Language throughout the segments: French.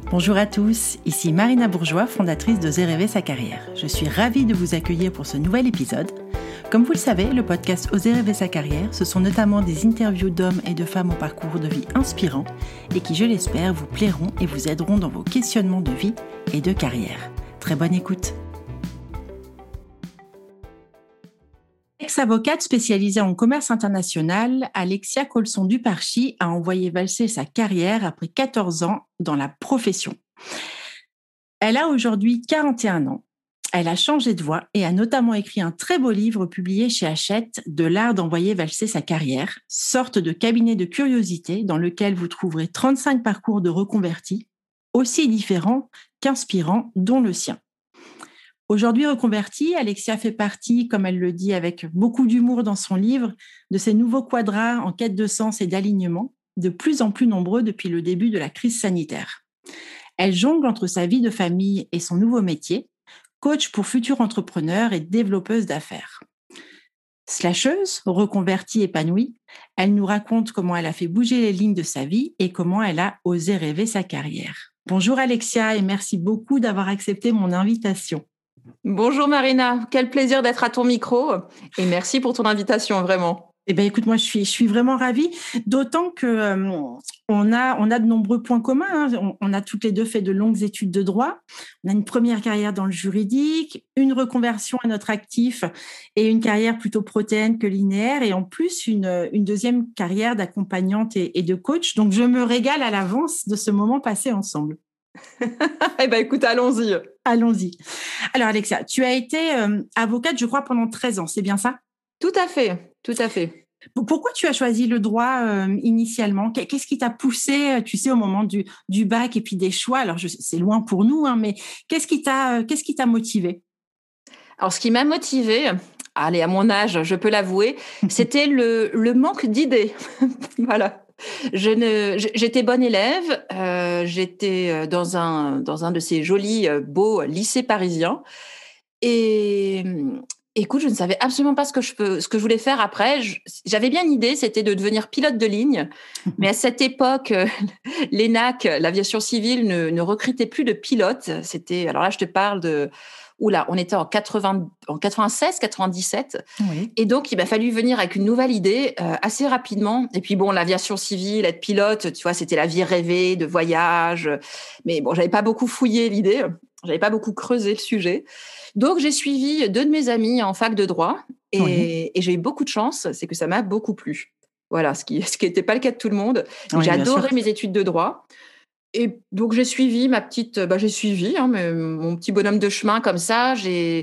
Bonjour à tous, ici Marina Bourgeois, fondatrice d'Oser rêver sa carrière. Je suis ravie de vous accueillir pour ce nouvel épisode. Comme vous le savez, le podcast Oser rêver sa carrière, ce sont notamment des interviews d'hommes et de femmes au parcours de vie inspirant et qui, je l'espère, vous plairont et vous aideront dans vos questionnements de vie et de carrière. Très bonne écoute. Ex-avocate spécialisée en commerce international, Alexia Colson-Duparchi a envoyé valser sa carrière après 14 ans dans la profession. Elle a aujourd'hui 41 ans. Elle a changé de voie et a notamment écrit un très beau livre publié chez Hachette, De l'art d'envoyer valser sa carrière, sorte de cabinet de curiosité dans lequel vous trouverez 35 parcours de reconvertis, aussi différents qu'inspirants, dont le sien. Aujourd'hui reconvertie, Alexia fait partie, comme elle le dit avec beaucoup d'humour dans son livre, de ces nouveaux quadras en quête de sens et d'alignement, de plus en plus nombreux depuis le début de la crise sanitaire. Elle jongle entre sa vie de famille et son nouveau métier, coach pour futurs entrepreneurs et développeuse d'affaires. Slasheuse, reconvertie, épanouie, elle nous raconte comment elle a fait bouger les lignes de sa vie et comment elle a osé rêver sa carrière. Bonjour Alexia et merci beaucoup d'avoir accepté mon invitation. Bonjour Marina, quel plaisir d'être à ton micro et merci pour ton invitation, vraiment. Eh ben écoute, moi je suis vraiment ravie, d'autant que on a de nombreux points communs. Hein. On a toutes les deux fait de longues études de droit. On a une première carrière dans le juridique, une reconversion à notre actif et une carrière plutôt protéine que linéaire, et en plus une deuxième carrière d'accompagnante et de coach. Donc je me régale à l'avance de ce moment passé ensemble. Eh ben écoute, allons-y. Allons-y. Alors Alexia, tu as été avocate, je crois, pendant 13 ans, c'est bien ça ? Tout à fait, tout à fait. Pourquoi tu as choisi le droit initialement ? Qu'est-ce qui t'a poussé, tu sais, au moment du bac et puis des choix ? Alors, c'est loin pour nous, hein, mais qu'est-ce qui t'a motivé ? Alors, ce qui m'a motivée, allez, à mon âge, je peux l'avouer, c'était le manque d'idées. Voilà. J'étais bonne élève, j'étais dans un de ces jolis, beaux lycées parisiens. Et écoute, je ne savais absolument pas ce que je voulais faire après. J'avais bien une idée, c'était de devenir pilote de ligne. Mais à cette époque, l'ENAC, l'aviation civile, ne recrutait plus de pilotes. Alors là, je te parle on était en 96, 97. Oui. Et donc, il m'a fallu venir avec une nouvelle idée assez rapidement. Et puis bon, l'aviation civile, être pilote, tu vois, c'était la vie rêvée de voyage. Mais bon, j'avais pas beaucoup fouillé l'idée. J'avais pas beaucoup creusé le sujet. Donc, j'ai suivi 2 de mes amis en fac de droit et j'ai eu beaucoup de chance, c'est que ça m'a beaucoup plu. Voilà, ce qui n'était pas le cas de tout le monde. Oui, j'ai bien adoré sûr. mes études de droit. Et donc, j'ai suivi mon petit bonhomme de chemin comme ça.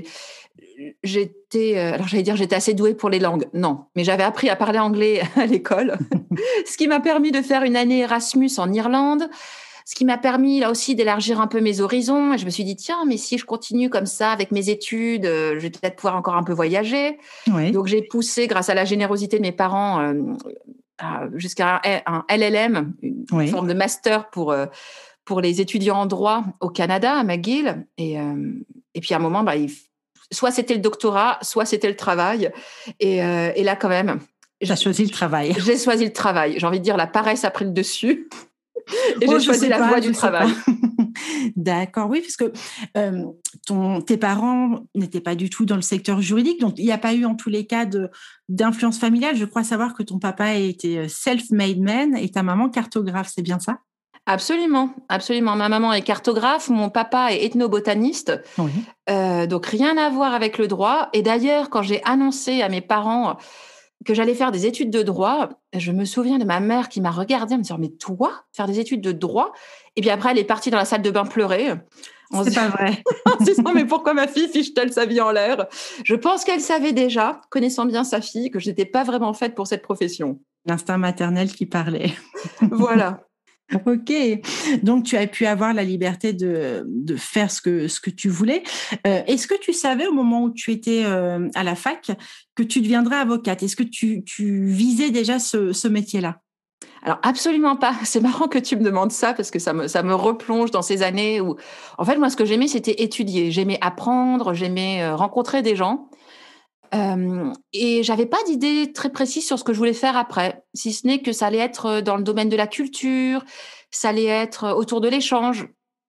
Alors j'allais dire, j'étais assez douée pour les langues. Non, mais j'avais appris à parler anglais à l'école, ce qui m'a permis de faire une année Erasmus en Irlande. Ce qui m'a permis, là aussi, d'élargir un peu mes horizons. Et je me suis dit, tiens, mais si je continue comme ça avec mes études, je vais peut-être pouvoir encore un peu voyager. Oui. Donc, j'ai poussé, grâce à la générosité de mes parents, jusqu'à un LLM, une forme de master pour les étudiants en droit au Canada, à McGill. Et puis, à un moment, soit c'était le doctorat, soit c'était le travail. Et là, quand même... Tu as choisi le travail. J'ai choisi le travail. J'ai envie de dire, la paresse a pris le dessus. Et j'ai choisi la voie du travail. D'accord, oui, parce que tes parents n'étaient pas du tout dans le secteur juridique, donc il n'y a pas eu en tous les cas d'influence familiale. Je crois savoir que ton papa était self-made man et ta maman cartographe, c'est bien ça ? Absolument, absolument. Ma maman est cartographe, mon papa est ethnobotaniste, Oui. Donc rien à voir avec le droit. Et d'ailleurs, quand j'ai annoncé à mes parents que j'allais faire des études de droit, je me souviens de ma mère qui m'a regardée en me disant « Mais toi, faire des études de droit ?» Et puis après, elle est partie dans la salle de bain pleurer. C'est pas vrai. En se disant « Mais pourquoi ma fille fiche-t-elle sa vie en l'air ?» Je pense qu'elle savait déjà, connaissant bien sa fille, que je n'étais pas vraiment faite pour cette profession. L'instinct maternel qui parlait. Voilà. Ok, donc tu as pu avoir la liberté de faire ce que tu voulais. Est-ce que tu savais au moment où tu étais à la fac que tu deviendrais avocate ? Est-ce que tu visais déjà ce métier-là ? Alors absolument pas. C'est marrant que tu me demandes ça parce que ça me replonge dans ces années où, en fait, moi, ce que j'aimais, c'était étudier. J'aimais apprendre, j'aimais rencontrer des gens. Et j'avais pas d'idée très précise sur ce que je voulais faire après, si ce n'est que ça allait être dans le domaine de la culture, ça allait être autour de l'échange.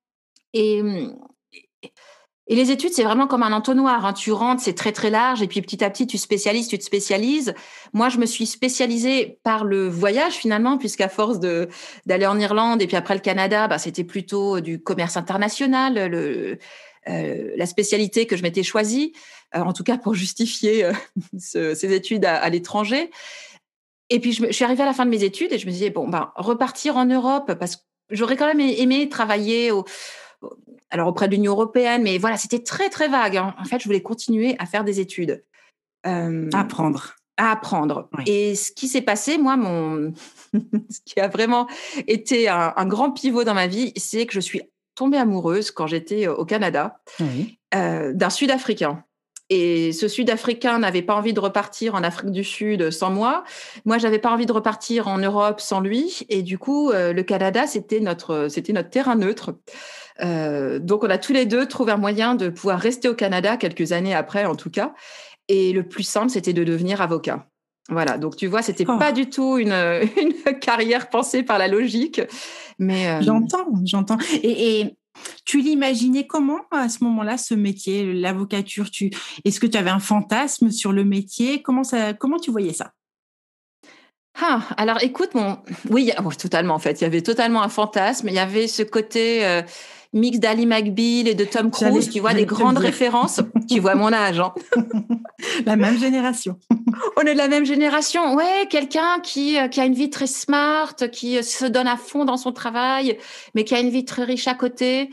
Et, et les études, c'est vraiment comme un entonnoir, hein. Tu rentres, c'est très, très large et puis petit à petit, tu te spécialises. Moi, je me suis spécialisée par le voyage finalement, puisqu'à force d'aller en Irlande et puis après le Canada, bah, c'était plutôt du commerce international, la spécialité que je m'étais choisie, en tout cas pour justifier ces études à l'étranger. Et puis je suis arrivée à la fin de mes études et je me disais: «Bon, ben, repartir en Europe», parce que j'aurais quand même aimé travailler au alors auprès de l'Union européenne, mais voilà, c'était très, très vague, hein. En fait, je voulais continuer à faire des études, hem, Apprendre. à apprendre. Oui. Et ce qui s'est passé, moi, ce qui a vraiment été un grand pivot dans ma vie, c'est que je suis tombée amoureuse quand j'étais au Canada, Oui. d'un Sud-Africain. Et ce Sud-Africain n'avait pas envie de repartir en Afrique du Sud sans moi. Moi, j'avais pas envie de repartir en Europe sans lui. Et du coup, le Canada, c'était notre terrain neutre. Donc, on a tous les 2 trouvé un moyen de pouvoir rester au Canada quelques années après, en tout cas. Et le plus simple, c'était de devenir avocat. Voilà, donc tu vois, c'était pas D'accord. du tout une, une carrière pensée par la logique, mais J'entends. Et tu l'imaginais comment à ce moment-là, ce métier, l'avocature? Est-ce que tu avais un fantasme sur le métier? Comment tu voyais ça? alors écoute, oui, totalement en fait. Il y avait totalement un fantasme. Il y avait ce côté mix d'Ally McBeal et de Tom Cruise, tu vois, des J'allais te le grandes dire. références. Tu vois mon âge, hein. La même génération. On est de la même génération. Ouais, quelqu'un qui a une vie très smart, qui se donne à fond dans son travail, mais qui a une vie très riche à côté,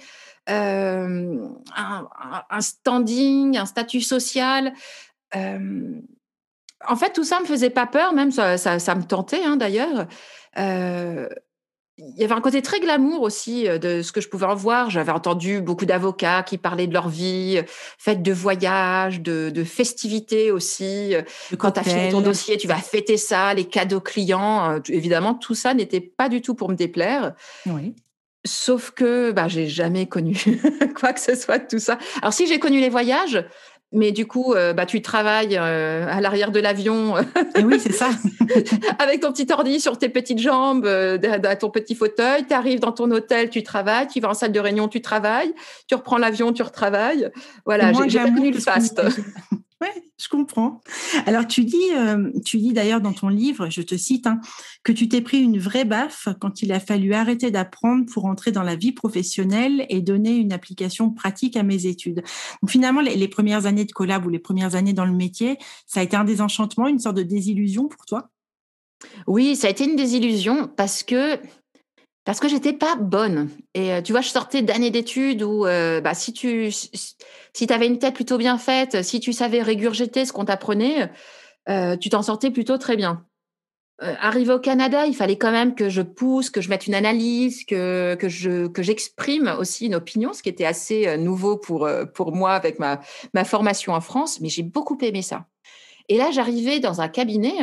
un standing, un statut social. Euh, En fait, tout ça me faisait pas peur, même ça me tentait, hein, d'ailleurs. Heu, il y avait un côté très glamour aussi, de ce que je pouvais en voir. J'avais entendu beaucoup d'avocats qui parlaient de leur vie, fête de voyage, de festivités aussi. Le Quand tu as fini ton cocktail. dossier, tu vas fêter ça, les cadeaux clients, évidemment, tout ça n'était pas du tout pour me déplaire. Oui. Sauf que, bah, j'ai jamais connu quoi que ce soit de tout ça. Alors si, j'ai connu les voyages, mais du coup, bah, tu travailles, à l'arrière de l'avion, Et oui, c'est ça. avec ton petit ordi sur tes petites jambes, derrière ton petit fauteuil. Tu arrives dans ton hôtel, tu travailles, tu vas en salle de réunion, tu travailles, tu reprends l'avion, tu retravailles. C'est Voilà, moins j'ai pas glamour connu le que ce qu'on faste. imagine. Ouais, je comprends. Alors tu dis d'ailleurs dans ton livre, je te cite, hein, que tu t'es pris une vraie baffe quand il a fallu arrêter d'apprendre pour entrer dans la vie professionnelle et donner une application pratique à mes études. Donc finalement, les premières années de collab ou les premières années dans le métier, ça a été un désenchantement, une sorte de désillusion pour toi? Oui, ça a été une désillusion parce que j'étais pas bonne. Et tu vois, je sortais d'années d'études où, bah, si tu avais une tête plutôt bien faite, si tu savais régurgiter ce qu'on t'apprenait, tu t'en sortais plutôt très bien. Arrivée au Canada, il fallait quand même que je pousse, que je mette une analyse, que j'exprime aussi une opinion, ce qui était assez, nouveau pour moi avec ma formation en France, mais j'ai beaucoup aimé ça. Et là, j'arrivais dans un cabinet,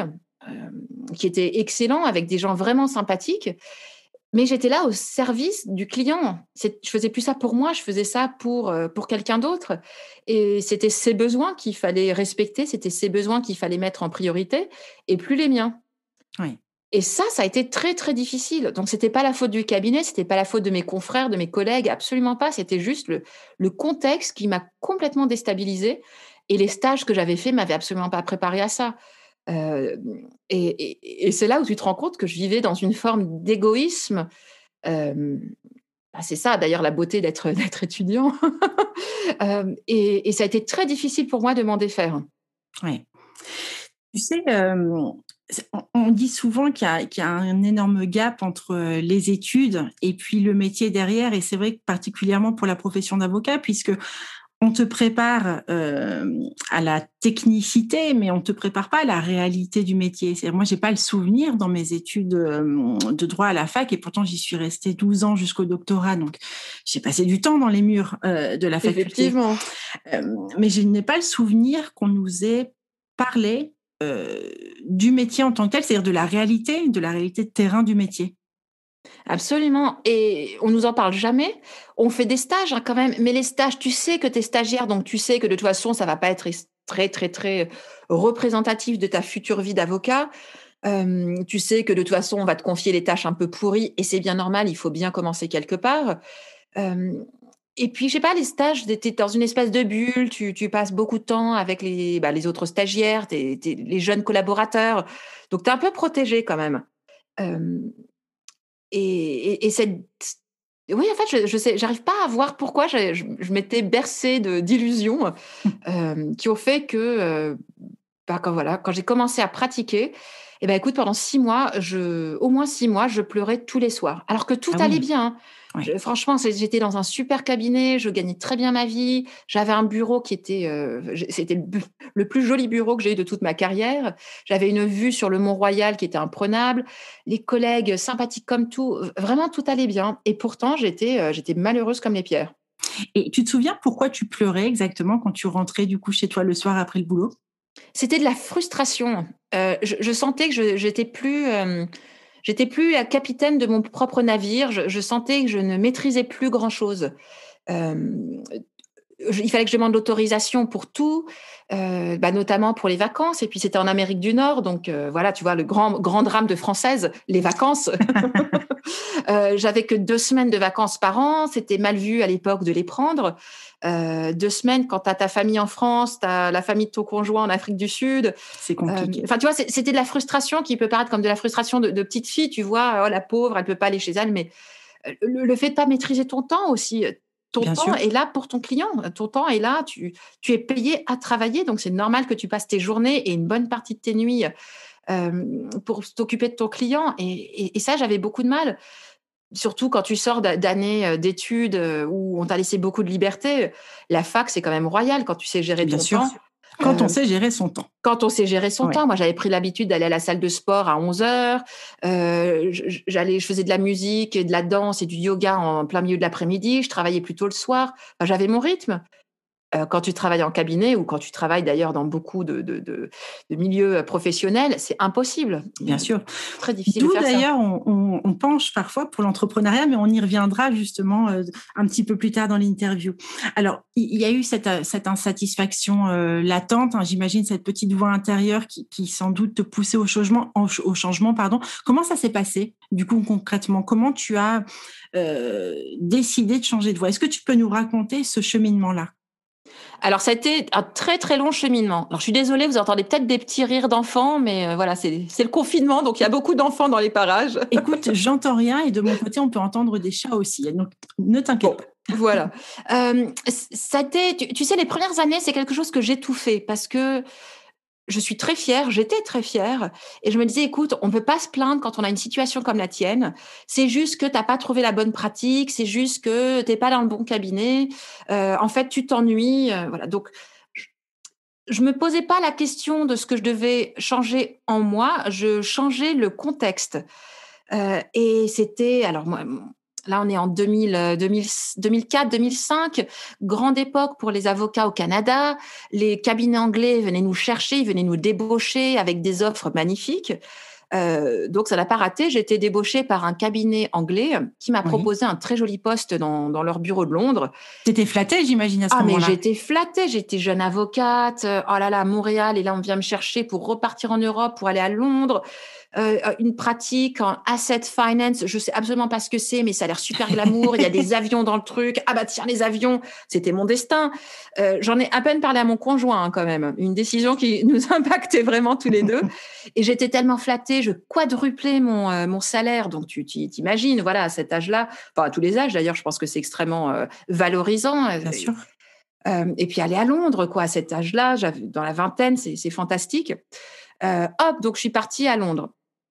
qui était excellent avec des gens vraiment sympathiques, mais j'étais là au service du client. Je faisais plus ça pour moi, je faisais ça pour quelqu'un d'autre. Et c'était ses besoins qu'il fallait respecter, c'était ses besoins qu'il fallait mettre en priorité et plus les miens. Oui. Et ça a été très, très difficile. Donc c'était pas la faute du cabinet, c'était pas la faute de mes confrères, de mes collègues, absolument pas. C'était juste le contexte qui m'a complètement déstabilisée, et les stages que j'avais faits m'avaient absolument pas préparée à ça. Hem et c'est là où tu te rends compte que je vivais dans une forme d'égoïsme. Hem, c'est ça d'ailleurs la beauté d'être d'être étudiant. Et ça a été très difficile pour moi de m'en défaire. Ouais. Tu sais, on dit souvent qu'il y a un énorme gap entre les études et puis le métier derrière. Et c'est vrai que particulièrement pour la profession d'avocat, puisque on te prépare à la technicité, mais on te prépare pas à la réalité du métier. C'est-à-dire, moi, j'ai pas le souvenir dans mes études de droit à la fac, et pourtant j'y suis restée 12 ans jusqu'au doctorat. Donc, j'ai passé du temps dans les murs de la faculté. Effectivement. Mais je n'ai pas le souvenir qu'on nous ait parlé du métier en tant que tel, c'est-à-dire de la réalité de terrain du métier. Absolument, et on nous en parle jamais. On fait des stages, hein, quand même, mais les stages, tu sais que tu es stagiaire, donc tu sais que de toute façon, ça va pas être très, très, très représentatif de ta future vie d'avocat. Tu sais que de toute façon, on va te confier les tâches un peu pourries, et c'est bien normal, il faut bien commencer quelque part. Hem Et puis, je sais pas, les stages, tu es dans une espèce de bulle, tu passes beaucoup de temps avec les autres stagiaires, les jeunes collaborateurs. Donc, tu es un peu protégé quand même. Hem et cette oui, en fait, je sais, j'arrive pas à voir pourquoi je m'étais bercée d'illusions, qui ont fait que, bah, quand j'ai commencé à pratiquer et ben, écoute, pendant 6 mois, au moins 6 mois, je pleurais tous les soirs. Alors que tout Ah allait oui, bien, hein. oui. Franchement, j'étais dans un super cabinet, je gagnais très bien ma vie, j'avais un bureau qui était, c'était le plus joli bureau que j'ai eu de toute ma carrière. J'avais une vue sur le Mont-Royal qui était imprenable, les collègues sympathiques comme tout, vraiment tout allait bien et pourtant j'étais malheureuse comme les pierres. Et tu te souviens pourquoi tu pleurais exactement quand tu rentrais du coup chez toi le soir après le boulot? C'était de la frustration. Je sentais que j'étais plus la capitaine de mon propre navire. Je sentais que je ne maîtrisais plus grand-chose. Hem, il fallait que je demande l'autorisation pour tout, bah, notamment pour les vacances et puis c'était en Amérique du Nord donc voilà, tu vois le grand drame de française, les vacances. J'avais que 2 semaines de vacances par an, c'était mal vu à l'époque de les prendre. 2 semaines quand tu as ta famille en France, tu as la famille de ton conjoint en Afrique du Sud. C'est compliqué. Enfin, tu vois, c'était de la frustration qui peut paraître comme de la frustration de petite fille, tu vois? «Oh la pauvre, elle peut pas aller chez elle», mais le fait de pas maîtriser ton temps aussi, ton Bien temps sûr. est là pour ton client, ton temps est là, tu es payé à travailler, donc c'est normal que tu passes tes journées et une bonne partie de tes nuits, pour t'occuper de ton client et ça, j'avais beaucoup de mal. Surtout quand tu sors d'années, d'études, où on t'a laissé beaucoup de liberté. La fac, c'est quand même royal quand tu sais gérer Bien ton sûr. temps. Quand on Heu, sait gérer son temps. quand on sait gérer son Ouais. temps. Moi, j'avais pris l'habitude d'aller à la salle de sport à 11:00. Je faisais de la musique et de la danse et du yoga en plein milieu de l'après-midi. Je travaillais plus tôt le soir. Enfin, j'avais mon rythme. Quand tu travailles en cabinet ou quand tu travailles d'ailleurs dans beaucoup de milieux, professionnels, c'est impossible. Bien sûr. Très difficile de D'où faire ça. d'ailleurs on penche parfois pour l'entrepreneuriat, mais on y reviendra justement un petit peu plus tard dans l'interview. Alors, il y a eu cette insatisfaction latente, hein, j'imagine cette petite voix intérieure qui sans doute te poussait au changement, pardon. Comment ça s'est passé du coup concrètement? Comment tu as décidé de changer de voie? Est-ce que tu peux nous raconter ce cheminement-là? Alors ça a été un très, très long cheminement. Alors je suis désolée, vous entendez peut-être des petits rires d'enfants, mais voilà, c'est le confinement, donc il y a beaucoup d'enfants dans les parages. Écoute, j'entends rien et de mon côté, on peut entendre des chats aussi, donc ne t'inquiète Bon, pas. voilà. Ça a été tu sais, les premières années, c'est quelque chose que j'étouffais parce que je suis très fière, j'étais très fière et je me disais: «Écoute, on ne peut pas se plaindre quand on a une situation comme la tienne. C'est juste que tu as pas trouvé la bonne pratique, c'est juste que tu es pas dans le bon cabinet, en fait, tu t'ennuies», voilà. Donc je me posais pas la question de ce que je devais changer en moi, je changeais le contexte. Et c'était alors moi, là, on est en 2004-2005, grande époque pour les avocats au Canada. Les cabinets anglais venaient nous chercher, ils venaient nous débaucher avec des offres magnifiques. Donc ça n'a pas raté. J'ai été débauchée par un cabinet anglais qui m'a Oui. proposé un très joli poste dans leur bureau de Londres. Tu flattée, j'imagine, à ce Ah mais moment-là? j'étais flattée, j'étais jeune avocate, oh là là, Montréal et là on vient me chercher pour repartir en Europe, pour aller à Londres. Une pratique en asset finance, je sais absolument pas ce que c'est, mais ça a l'air super glamour. Il y a des avions dans le truc. Ah bah tiens, les avions, c'était mon destin. J'en ai à peine parlé à mon conjoint, hein, quand même. Une décision qui nous impactait vraiment tous les 2 et j'étais tellement flattée, je quadruplais mon salaire. Donc tu voilà, à cet âge-là, enfin à tous les âges d'ailleurs, je pense que c'est extrêmement, valorisant, Bien sûr. et puis aller à Londres quoi, à cet âge-là, dans la vingtaine, c'est fantastique. Hop, donc je suis partie à Londres.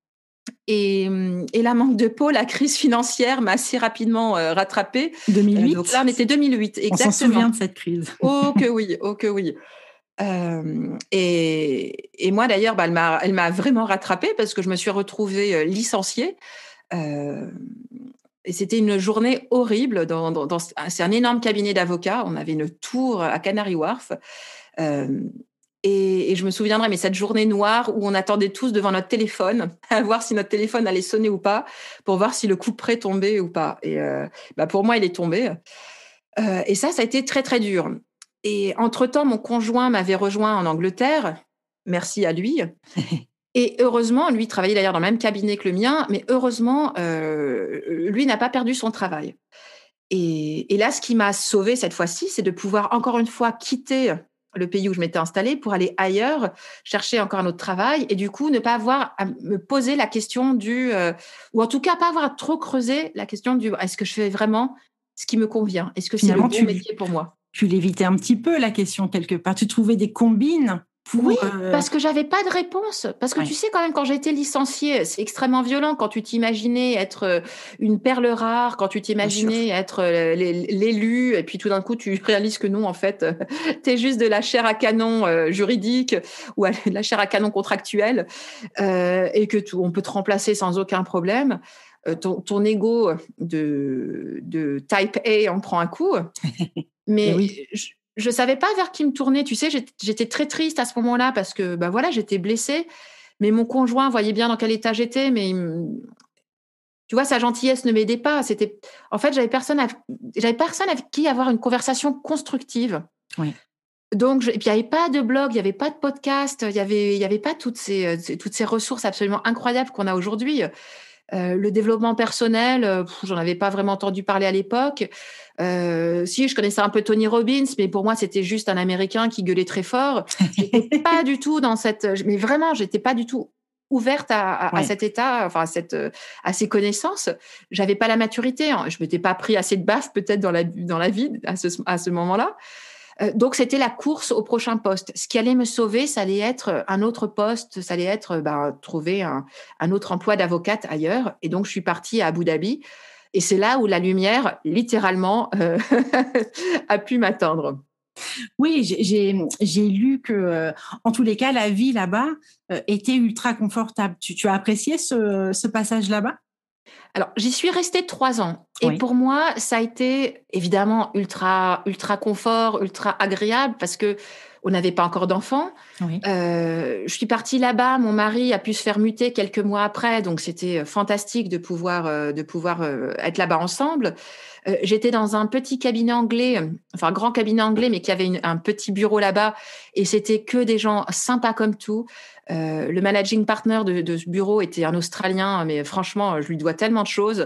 Et là, manque de peau, la crise financière m'a assez rapidement, rattrapée. Donc 2008? là, on était 2008, On s'en exactement. souvient de cette crise. Oh que oui, oh que oui. Hem et moi d'ailleurs, bah, elle m'a vraiment rattrapée parce que je me suis retrouvée, licenciée. Hem et c'était une journée horrible dans c'est un énorme cabinet d'avocats. On avait une tour à Canary Wharf. Hem et je me souviendrai, mais cette journée noire où on attendait tous devant notre téléphone, à voir si notre téléphone allait sonner ou pas, pour voir si le couperet tombait ou pas et bah, pour moi, il est tombé, et ça a été très, très dur et entre-temps, mon conjoint m'avait rejoint en Angleterre, merci à lui et heureusement, lui travaillait d'ailleurs dans le même cabinet que le mien, mais heureusement, lui n'a pas perdu son travail Et là, ce qui m'a sauvée cette fois-ci, c'est de pouvoir encore une fois quitter le pays où je m'étais installée pour aller ailleurs, chercher encore un autre travail et du coup, ne pas avoir à me poser la question ou en tout cas, pas avoir à trop creuser la question est-ce que je fais vraiment ce qui me convient? Est-ce que c'est le Finalement, bon métier pour moi? tu l'évitais un petit peu, la question, quelque part. Tu trouvais des combines Oui, pour... parce que j'avais pas de réponse. Parce que Ouais, tu sais, quand même, quand j'ai été licenciée, c'est extrêmement violent quand tu t'imaginais être une perle rare, quand tu bien sûr. t'imaginais être l'élu, et puis tout d'un coup, tu réalises que non, en fait, t'es juste de la chair à canon juridique ou de la chair à canon contractuelle, et que on peut te remplacer sans aucun problème. Ton ego de type A en prend un coup. Et Mais oui, je savais pas vers qui me tourner. Tu sais, j'étais très triste à ce moment-là parce que, bah, voilà, j'étais blessée, mais mon conjoint voyait bien dans quel état j'étais, mais tu vois, sa gentillesse ne m'aidait pas. En fait, j'avais personne avec qui avoir une conversation constructive. oui. Donc et puis il y avait pas de blog, il y avait pas de podcast, il y avait pas toutes ces ressources absolument incroyables qu'on a aujourd'hui. Le développement personnel, j'en avais pas vraiment entendu parler à l'époque. Si, je connaissais un peu Tony Robbins, mais pour moi, c'était juste un Américain qui gueulait très fort. J'étais pas du tout mais vraiment, j'étais pas du tout ouverte à Ouais. cet état, enfin à ces connaissances. J'avais pas la maturité, hein. Je m'étais pas pris assez de baffes peut-être dans la vie à ce moment-là. Donc c'était la course au prochain poste. Ce qui allait me sauver, ça allait être un autre poste, ça allait être trouver un autre emploi d'avocate ailleurs. Et donc je suis partie à Abu Dhabi. Et c'est là où la lumière, littéralement, a pu m'atteindre. Oui, j'ai lu que, en tous les cas, la vie là-bas était ultra confortable. Tu as apprécié ce passage là-bas? Alors, j'y suis restée 3 ans. Et Oui, pour moi, ça a été évidemment ultra, ultra confort, ultra agréable parce que on n'avait pas encore d'enfants. oui. Je suis partie là-bas. Mon mari a pu se faire muter quelques mois après, donc c'était fantastique de pouvoir être là-bas ensemble. J'étais dans un petit cabinet anglais, enfin un grand cabinet anglais, mais qui avait un petit bureau là-bas, et c'était que des gens sympas comme tout. Le managing partner de ce bureau était un Australien, mais franchement, je lui dois tellement de choses.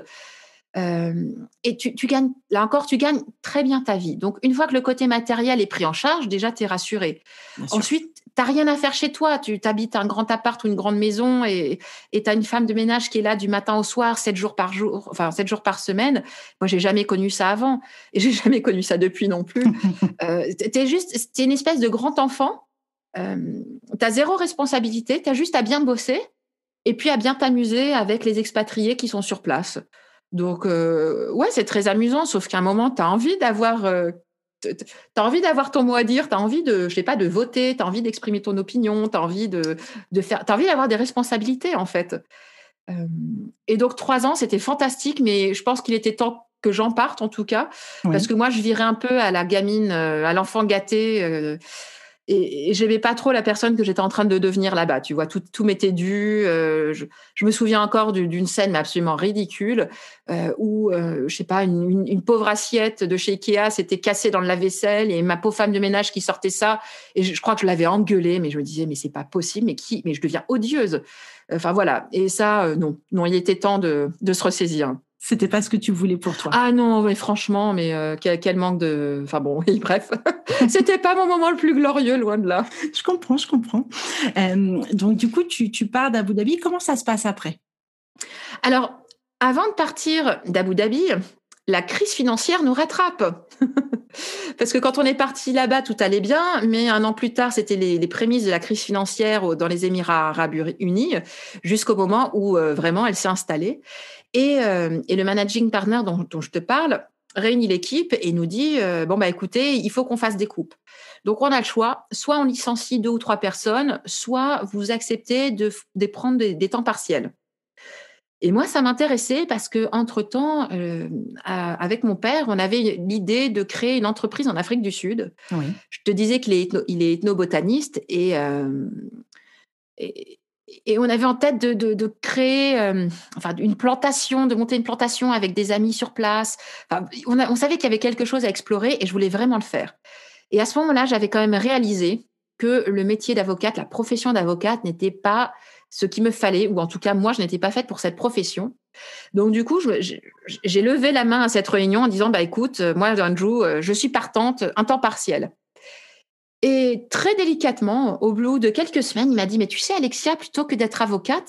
Et tu gagnes, là encore, tu gagnes très bien ta vie. Donc, une fois que le côté matériel est pris en charge, déjà, tu es rassuré. Bien sûr. Ensuite, tu n'as rien à faire chez toi. Tu habites un grand appart ou une grande maison et tu as une femme de ménage qui est là du matin au soir, 7 jours par jour, enfin 7 jours par semaine. Moi, j'ai jamais connu ça avant et j'ai jamais connu ça depuis non plus. T'es une espèce de grand enfant. Tu as zéro responsabilité. Tu as juste à bien bosser et puis à bien t'amuser avec les expatriés qui sont sur place. Donc, ouais, c'est très amusant, sauf qu'à un moment, tu as envie d'avoir ton mot à dire, tu as envie je sais pas, de voter, tu as envie d'exprimer ton opinion, tu as envie t'as envie d'avoir des responsabilités, en fait. Et donc, 3 ans, c'était fantastique, mais je pense qu'il était temps que j'en parte, en tout cas, parce Oui. que moi, je virais un peu à la gamine, à l'enfant gâté, et j'aimais pas trop la personne que j'étais en train de devenir là-bas. Tu vois, tout m'était dû. Je me souviens encore d'une scène mais absolument ridicule où, je sais pas, une pauvre assiette de chez Ikea s'était cassée dans le lave-vaisselle et ma pauvre femme de ménage qui sortait ça. Et je crois que je l'avais engueulée, mais je me disais, mais c'est pas possible, mais je deviens odieuse. Enfin voilà. Et ça, non, non, il était temps de se ressaisir. C'était pas ce que tu voulais pour toi. Ah non, mais franchement, mais quel manque de. Enfin bon, oui, bref, c'était pas mon moment le plus glorieux, loin de là. Je comprends, je comprends. Donc, du coup, tu pars d'Abu Dhabi. Comment ça se passe après? Alors, avant de partir d'Abu Dhabi, la crise financière nous rattrape. Parce que quand on est parti là-bas, tout allait bien, mais un an plus tard, c'était les prémices de la crise financière dans les Émirats arabes unis, jusqu'au moment où vraiment elle s'est installée. Et le managing partner dont je te parle réunit l'équipe et nous dit bon, bah écoutez, il faut qu'on fasse des coupes. Donc, on a le choix. Soit on licencie 2 ou 3 personnes, soit vous acceptez de prendre des temps partiels. Et moi, ça m'intéressait parce que entre-temps, avec mon père, on avait l'idée de créer une entreprise en Afrique du Sud. Oui. Je te disais il est ethnobotaniste et et on avait en tête de créer, enfin une plantation, de monter une plantation avec des amis sur place. Enfin, on savait qu'il y avait quelque chose à explorer et je voulais vraiment le faire. Et à ce moment-là, j'avais quand même réalisé que le métier d'avocate, la profession d'avocate n'était pas ce qu'il me fallait, ou en tout cas, moi, je n'étais pas faite pour cette profession. Donc, du coup, j'ai levé la main à cette réunion en disant, bah, écoute, moi, Andrew, je suis partante, un temps partiel. Et très délicatement, au bout de quelques semaines, il m'a dit, mais tu sais, Alexia, plutôt que d'être avocate,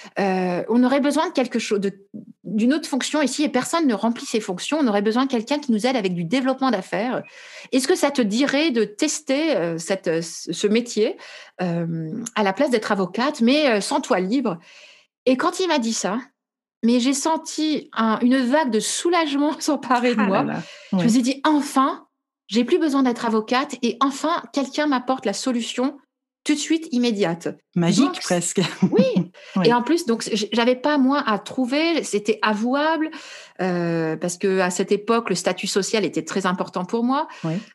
on aurait besoin de quelque chose, d'une autre fonction ici et personne ne remplit ces fonctions. On aurait besoin de quelqu'un qui nous aide avec du développement d'affaires. Est-ce que ça te dirait de tester ce métier à la place d'être avocate, mais sans toi libre? Et quand il m'a dit ça, mais j'ai senti une vague de soulagement s'emparer de Ah là moi. là, Je me ouais. suis dit: «Enfin, j'ai plus besoin d'être avocate et enfin quelqu'un m'apporte la solution tout de suite, immédiate». Magique Donc presque. oui, et Oui, en plus donc j'avais pas moi à trouver, c'était avouable, parce qu'à cette époque, le statut social était très important pour moi. oui.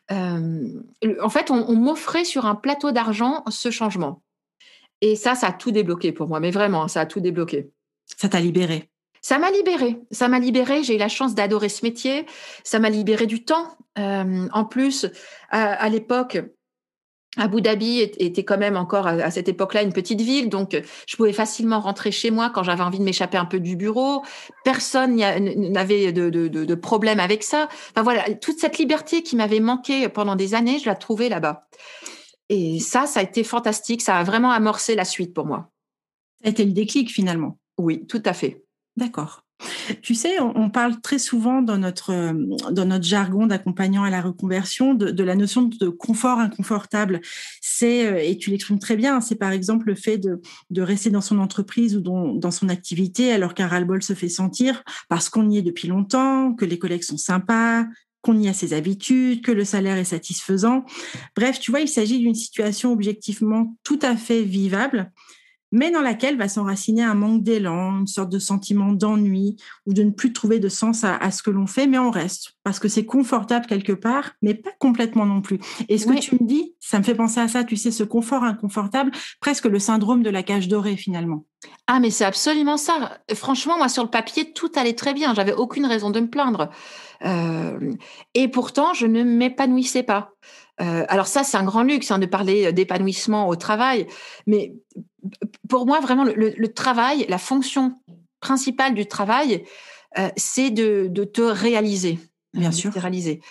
En fait, on m'offrait sur un plateau d'argent ce changement et ça a tout débloqué pour moi, mais vraiment, ça a tout débloqué. Ça t'a libérée. Ça m'a libérée, j'ai eu la chance d'adorer ce métier, ça m'a libéré du temps. En plus, à l'époque, Abu Dhabi était quand même encore à cette époque-là une petite ville, donc je pouvais facilement rentrer chez moi quand j'avais envie de m'échapper un peu du bureau. Personne n'avait de problème avec ça. Enfin voilà, toute cette liberté qui m'avait manqué pendant des années, je la trouvais là-bas. Et ça a été fantastique, ça a vraiment amorcé la suite pour moi. Ça a été le déclic finalement. Oui, tout à fait. D'accord. Tu sais, on parle très souvent dans notre jargon d'accompagnant à la reconversion de la notion de confort inconfortable. Et tu l'exprimes très bien, c'est par exemple le fait de rester dans son entreprise ou dans son activité alors qu'un ras-le-bol se fait sentir parce qu'on y est depuis longtemps, que les collègues sont sympas, qu'on y a ses habitudes, que le salaire est satisfaisant. Bref, tu vois, il s'agit d'une situation objectivement tout à fait vivable, mais dans laquelle va s'enraciner un manque d'élan, une sorte de sentiment d'ennui ou de ne plus trouver de sens à ce que l'on fait, mais on reste parce que c'est confortable quelque part, mais pas complètement non plus. Et ce que Oui. tu me dis, ça me fait penser à ça, tu sais, ce confort inconfortable, presque le syndrome de la cage dorée finalement. Ah, mais c'est absolument ça. Franchement, moi, sur le papier, tout allait très bien. J'avais aucune raison de me plaindre. Et pourtant, je ne m'épanouissais pas. Alors ça, c'est un grand luxe, hein, de parler d'épanouissement au travail. Mais pour moi, vraiment, le travail, la fonction principale du travail, c'est de te réaliser. Bien De te sûr. réaliser.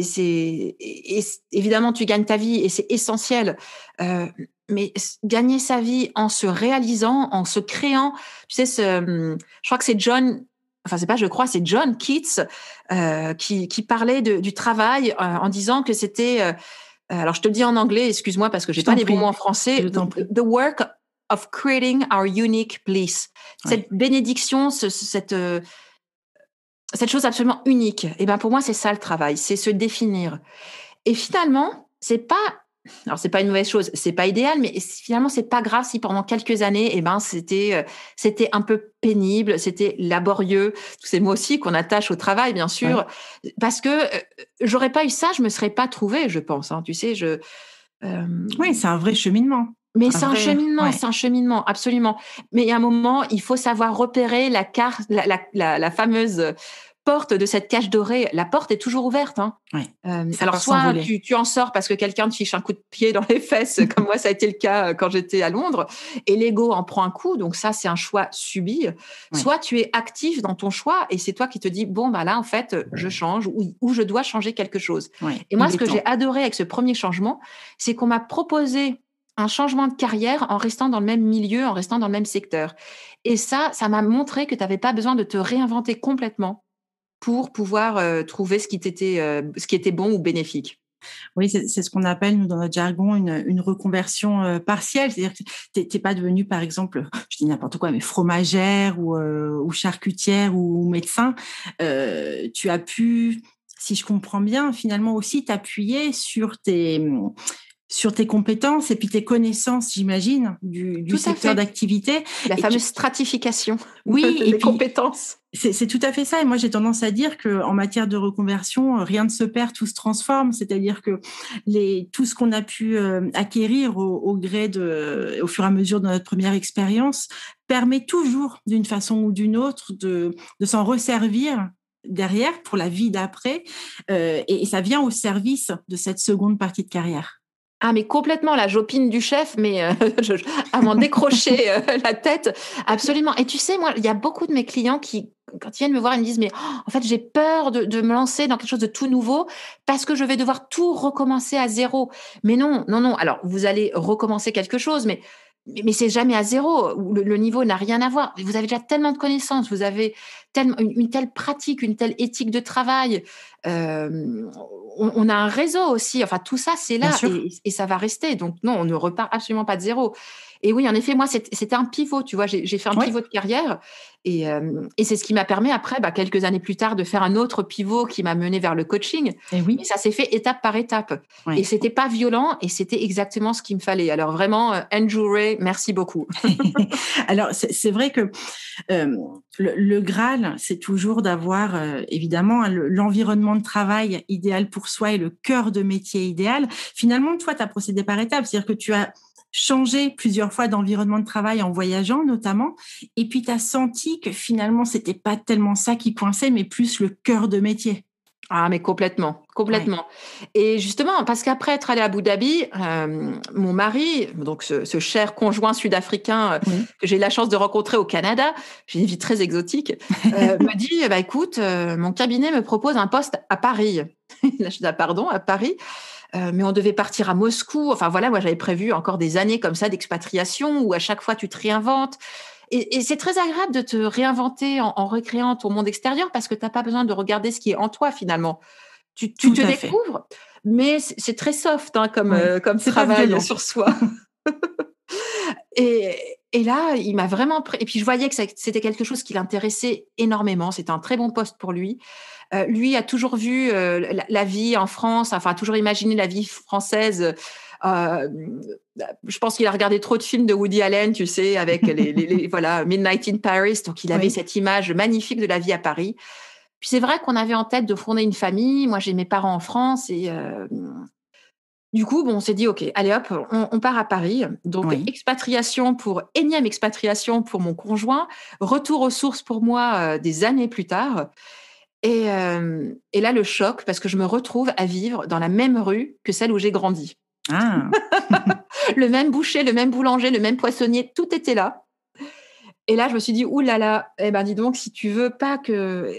Évidemment, tu gagnes ta vie et c'est essentiel. Mais gagner sa vie en se réalisant, en se créant, tu sais, je crois que c'est John, enfin c'est pas je crois, c'est John Keats qui parlait du travail en disant que c'était, alors je te le dis en anglais, excuse-moi parce que Je j'ai pas t'en les bons mots prie. en français, Je t'en prie. the work of creating our unique bliss. Ouais. Cette bénédiction, cette chose absolument unique. Et ben pour moi c'est ça le travail, c'est se définir. Et finalement, c'est pas une mauvaise chose, c'est pas idéal, mais finalement, c'est pas grave si pendant quelques années, eh ben, c'était un peu pénible, c'était laborieux. Tous ces mots aussi qu'on attache au travail, bien Ouais. sûr, parce que j'aurais pas eu ça, je me serais pas trouvée, je pense. Hein, tu sais, euh, Oui, c'est un vrai cheminement. mais Ouais. c'est un cheminement, absolument. Mais il y a un moment, il faut savoir repérer la carte, la fameuse porte de cette cage dorée. La porte est toujours ouverte. Hein. Ouais. Alors, Savoir soit s'envoler. tu en sors parce que quelqu'un te fiche un coup de pied dans les fesses, comme moi, ça a été le cas quand j'étais à Londres, et l'ego en prend un coup. Donc, ça, c'est un choix subi. Ouais. Soit tu es actif dans ton choix et c'est toi qui te dis, bon, bah là, en fait, je change ou je dois changer quelque chose. Ouais. Et moi, Il ce est que j'ai temps. adoré avec ce premier changement, c'est qu'on m'a proposé un changement de carrière en restant dans le même milieu, en restant dans le même secteur. Et ça m'a montré que tu avais pas besoin de te réinventer complètement pour pouvoir trouver ce qui était bon ou bénéfique. Oui, c'est ce qu'on appelle, nous, dans notre jargon, une reconversion partielle. C'est-à-dire que tu n'es pas devenue, par exemple, je dis n'importe quoi, mais fromagère ou charcutière ou médecin. Tu as pu, si je comprends bien, finalement aussi t'appuyer sur tes compétences et puis tes connaissances, j'imagine, du Tout à secteur fait. d'activité. La Et fameuse stratification oui, et des puis compétences. c'est tout à fait ça. Et moi, j'ai tendance à dire qu'en matière de reconversion, rien ne se perd, tout se transforme. C'est-à-dire que tout ce qu'on a pu acquérir au fur et à mesure de notre première expérience permet toujours, d'une façon ou d'une autre, de s'en resservir derrière pour la vie d'après. Et ça vient au service de cette seconde partie de carrière. Ah, mais complètement, là, j'opine du chef, mais à m'en décrocher la tête. Absolument. Et tu sais, moi, il y a beaucoup de mes clients qui, quand ils viennent me voir, ils me disent, mais en fait, j'ai peur de me lancer dans quelque chose de tout nouveau parce que je vais devoir tout recommencer à zéro. Mais non, non, non. Alors, vous allez recommencer quelque chose, mais c'est jamais à zéro. Le niveau n'a rien à voir. Vous avez déjà tellement de connaissances, vous avez tellement, une telle pratique, une telle éthique de travail. Euh, on a un réseau aussi. Enfin, tout ça, c'est Bien là sûr. et ça va rester. Donc, non, on ne repart absolument pas de zéro. Et oui, en effet, moi, c'était un pivot. Tu vois, j'ai fait un Ouais. pivot de carrière et c'est ce qui m'a permis après, quelques années plus tard, de faire un autre pivot qui m'a mené vers le coaching. Et Mais oui. ça s'est fait étape par étape. Et Ouais. c'était pas violent et c'était exactement ce qu'il me fallait. Alors vraiment, Andrew Ray, merci beaucoup. Alors, c'est vrai que le Graal, c'est toujours d'avoir, évidemment, hein, l'environnement de travail idéal pour soi et le cœur de métier idéal. Finalement, toi, tu as procédé par étapes, c'est-à-dire que tu as changé plusieurs fois d'environnement de travail en voyageant notamment, et puis tu as senti que finalement, c'était pas tellement ça qui coinçait, mais plus le cœur de métier. Ah, mais complètement, Ouais. complètement. Et justement, parce qu'après être allée à Abu Dhabi, mon mari, donc ce cher conjoint sud-africain Oui. que j'ai eu la chance de rencontrer au Canada, j'ai une vie très exotique, me dit, bah écoute, mon cabinet me propose un poste à Paris. Là, je dis, ah, pardon, à Paris. Mais on devait partir à Moscou. Enfin voilà, moi j'avais prévu encore des années comme ça d'expatriation où à chaque fois tu te réinventes. Et c'est très agréable de te réinventer en recréant ton monde extérieur parce que tu as pas besoin de regarder ce qui est en toi finalement. Tu Tout te à fait. découvres, mais c'est très soft hein, Oui. comme C'est pas travail violent. sur soi. Et là, il m'a vraiment pris et puis je voyais que c'était quelque chose qui l'intéressait énormément. C'était un très bon poste pour lui. Lui a toujours vu, la vie en France, enfin, a toujours imaginé la vie française, je pense qu'il a regardé trop de films de Woody Allen, tu sais, avec les voilà, Midnight in Paris, donc il avait Oui. cette image magnifique de la vie à Paris. Puis c'est vrai qu'on avait en tête de fonder une famille. Moi, j'ai mes parents en France et du coup, bon, on s'est dit: «OK, allez hop, on part à Paris». Donc Oui. énième expatriation pour mon conjoint, retour aux sources pour moi, des années plus tard. Et là, le choc, parce que je me retrouve à vivre dans la même rue que celle où j'ai grandi. Ah! Le même boucher, le même boulanger, le même poissonnier, tout était là. Et là, je me suis dit: «Ouh là là, eh ben, dis donc, si tu veux pas que,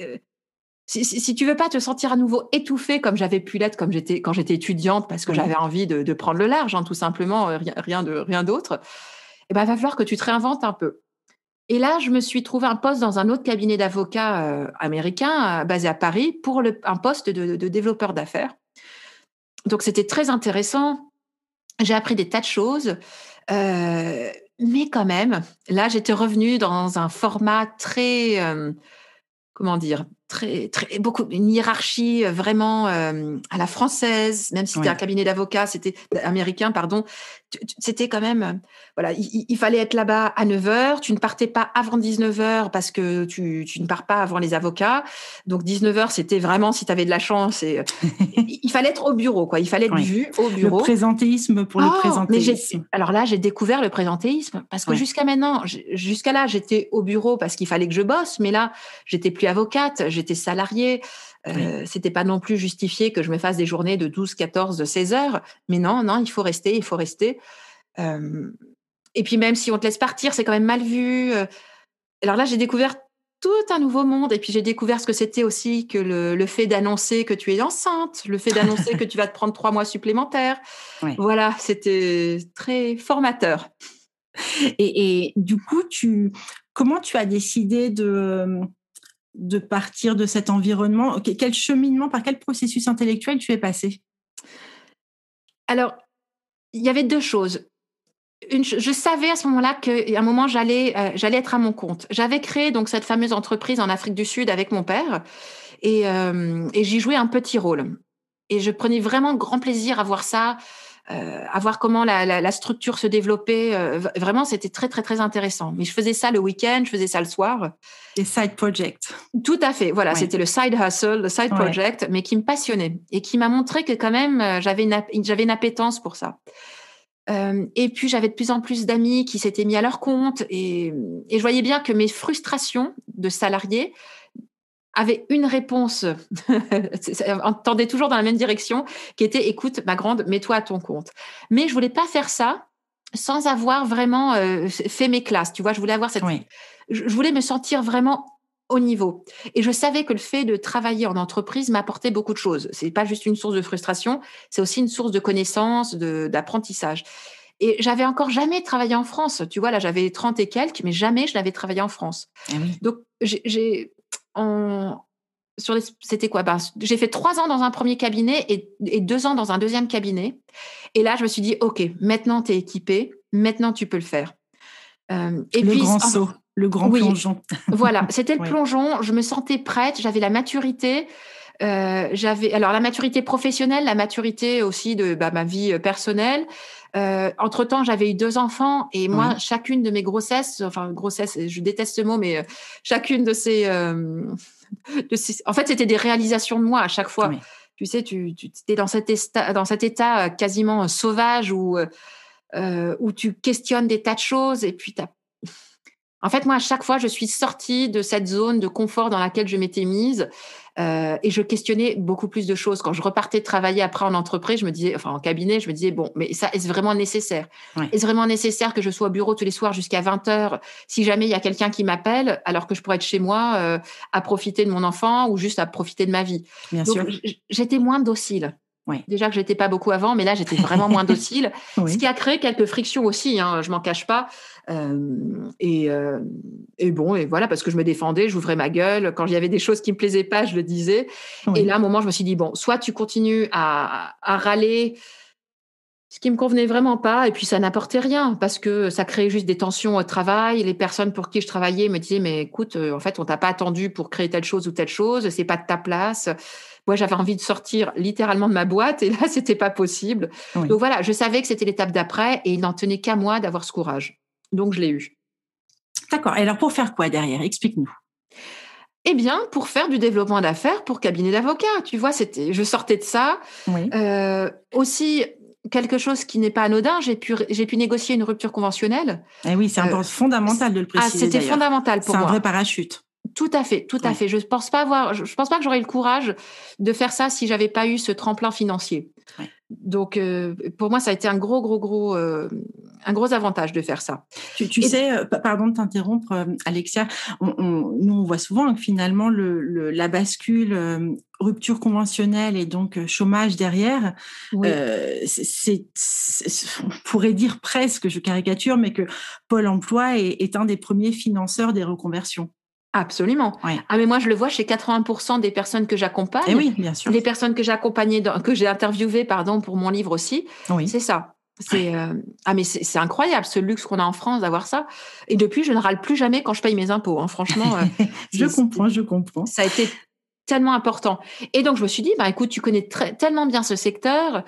si tu veux pas te sentir à nouveau étouffée comme j'avais pu l'être comme quand j'étais étudiante parce que Oui. j'avais envie de prendre le large, hein, tout simplement, rien d'autre, eh ben, va falloir que tu te réinventes un peu». Et là, je me suis trouvé un poste dans un autre cabinet d'avocats, américain, basé à Paris pour un poste de développeur d'affaires. Donc c'était très intéressant. J'ai appris des tas de choses, heu, mais quand même, là, j'étais revenue dans un format très, comment dire? Très beaucoup une hiérarchie, vraiment, à la française, même si c'était un Oui. cabinet d'avocats, c'était américain, pardon. C'était quand même, voilà, il fallait être là-bas à 9 heures. Tu ne partais pas avant 19 heures parce que tu ne pars pas avant les avocats. Donc 19 heures, c'était vraiment si tu avais de la chance et il fallait être au bureau, quoi. Il fallait être Oui. vu au Le bureau. présentéisme pour le Oh! Mais présentéisme. alors là, j'ai découvert le présentéisme parce que Ouais. jusqu'à maintenant, jusqu'à là, j'étais au bureau parce qu'il fallait que je bosse, mais là, j'étais plus avocate, j'étais salariée. Oui. C'était pas non plus justifié que je me fasse des journées de 12, 14, de 16 heures. Mais non, non, il faut rester, il faut rester. Hem Et puis même si on te laisse partir, c'est quand même mal vu. Alors là, j'ai découvert tout un nouveau monde et puis j'ai découvert ce que c'était aussi que le fait d'annoncer que tu es enceinte, le fait d'annoncer que tu vas te prendre 3 mois supplémentaires. Ouais. Voilà, c'était très formateur. Et du coup, comment tu as décidé de partir de cet environnement? Quel cheminement, par quel processus intellectuel tu es passé? Alors, il y avait 2 choses. Je savais à ce moment-là qu'à un moment j'allais être à mon compte. J'avais créé donc cette fameuse entreprise en Afrique du Sud avec mon père et j'y jouais un petit rôle et je prenais vraiment grand plaisir à voir ça, à voir comment la structure se développait, vraiment c'était très, très, très intéressant. Mais je faisais ça le week-end, je faisais ça le soir. Des side projects. Tout à fait, voilà, Ouais. c'était le side hustle, le side Ouais. project, mais qui me passionnait et qui m'a montré que quand même, j'avais une appétence pour ça. Et puis j'avais de plus en plus d'amis qui s'étaient mis à leur compte et je voyais bien que mes frustrations de salariée avait une réponse, on tendait toujours dans la même direction, qui était: «Écoute, ma grande, mets-toi à ton compte». Mais je voulais pas faire ça sans avoir vraiment, fait mes classes, tu vois? Je voulais avoir Oui. je voulais me sentir vraiment au niveau et je savais que le fait de travailler en entreprise m'apportait beaucoup de choses. C'est pas juste une source de frustration, c'est aussi une source de connaissances, d'apprentissage et j'avais encore jamais travaillé en France. Tu vois? Là, j'avais 30 et quelques, mais jamais je n'avais travaillé en France. Ah oui. Donc j'ai en sur les c'était quoi? Ben, j'ai fait 3 ans dans un premier cabinet et 2 ans dans un deuxième cabinet et là, je me suis dit: «OK, maintenant tu es équipée, maintenant tu peux le faire». Et Le puis grand saut, le grand oui, plongeon. voilà, c'était le Oui. plongeon. Je me sentais prête, j'avais la maturité, j'avais alors la maturité professionnelle, la maturité aussi de, bah, ma vie, personnelle. Entre-temps, j'avais eu 2 enfants et moi, Oui. chacune de mes grossesses, enfin grossesse, je déteste ce mot, mais, chacune de ces, en fait, c'était des réalisations de moi à chaque fois. Oui. Tu sais, tu es dans cet état, quasiment, sauvage où tu questionnes des tas de choses et puis tu en fait, moi, à chaque fois, je suis sortie de cette zone de confort dans laquelle je m'étais mise, et je questionnais beaucoup plus de choses. Quand je repartais travailler après en entreprise, je me disais enfin en cabinet, je me disais: «Bon, mais ça, est-ce vraiment nécessaire? Oui. Est-ce vraiment nécessaire que je sois au bureau tous les soirs jusqu'à 20h si jamais il y a quelqu'un qui m'appelle, alors que je pourrais être chez moi, à profiter de mon enfant ou juste à profiter de ma vie?» Bien Donc sûr. j'étais moins docile. Oui. Déjà que j'étais pas beaucoup avant, mais là, j'étais vraiment moins docile, ce qui Oui. a créé quelques frictions aussi, hein, je m'en cache pas. Et bon et voilà, parce que je me défendais, j'ouvrais ma gueule. Quand il y avait des choses qui me plaisaient pas, je le disais et là, Oui. à un moment, je me suis dit: «Bon, soit tu continues à râler, ce qui me convenait vraiment pas et puis ça n'apportait rien parce que ça créait juste des tensions au travail. Les personnes pour qui je travaillais me disaient: "Mais écoute, en fait, on t'a pas attendu pour créer telle chose ou telle chose, c'est pas de ta place." Moi, j'avais envie de sortir littéralement de ma boîte et là, c'était pas possible. Donc Oui. voilà, je savais que c'était l'étape d'après et il n'en tenait qu'à moi d'avoir ce courage. Donc je l'ai eu. D'accord et alors pour faire quoi derrière? Explique-nous. Eh bien, pour faire du développement d'affaires pour cabinet d'avocats, tu vois? Je sortais de ça. Oui. Aussi, quelque chose qui n'est pas anodin, j'ai pu négocier une rupture conventionnelle. Et oui, c'est Heu, c fondamental de le préciser C'était d'ailleurs. fondamental C'est pour un vrai moi. parachute. Tout à Oui. fait. Je pense pas que j'aurais eu le courage de faire ça si j'avais pas eu ce tremplin financier. Oui. Donc pour moi, ça a été un gros, un gros avantage de faire ça Tu et sais, pardon de t'interrompre, Alexia, nous, on voit souvent que finalement la bascule, rupture conventionnelle et donc chômage derrière, oui, on pourrait dire presque, je caricature, mais que Pôle emploi est un des premiers financeurs des reconversions. absolument. Oui. Ah mais moi, je le vois chez 80 des personnes que Et j'accompagne, oui, bien sûr. les personnes que j'ai accompagnées que j'ai interviewées, pardon, pour mon livre aussi, Oui. c'est ça. Ouais. Ah mais c'est incroyable ce luxe qu'on a en France d'avoir ça et depuis, je ne râle plus jamais quand je paye mes impôts, hein. Franchement, Je c'est comprends, je comprends. ça a été tellement important et donc je me suis dit: «Bah, écoute, tu connais tellement bien ce secteur».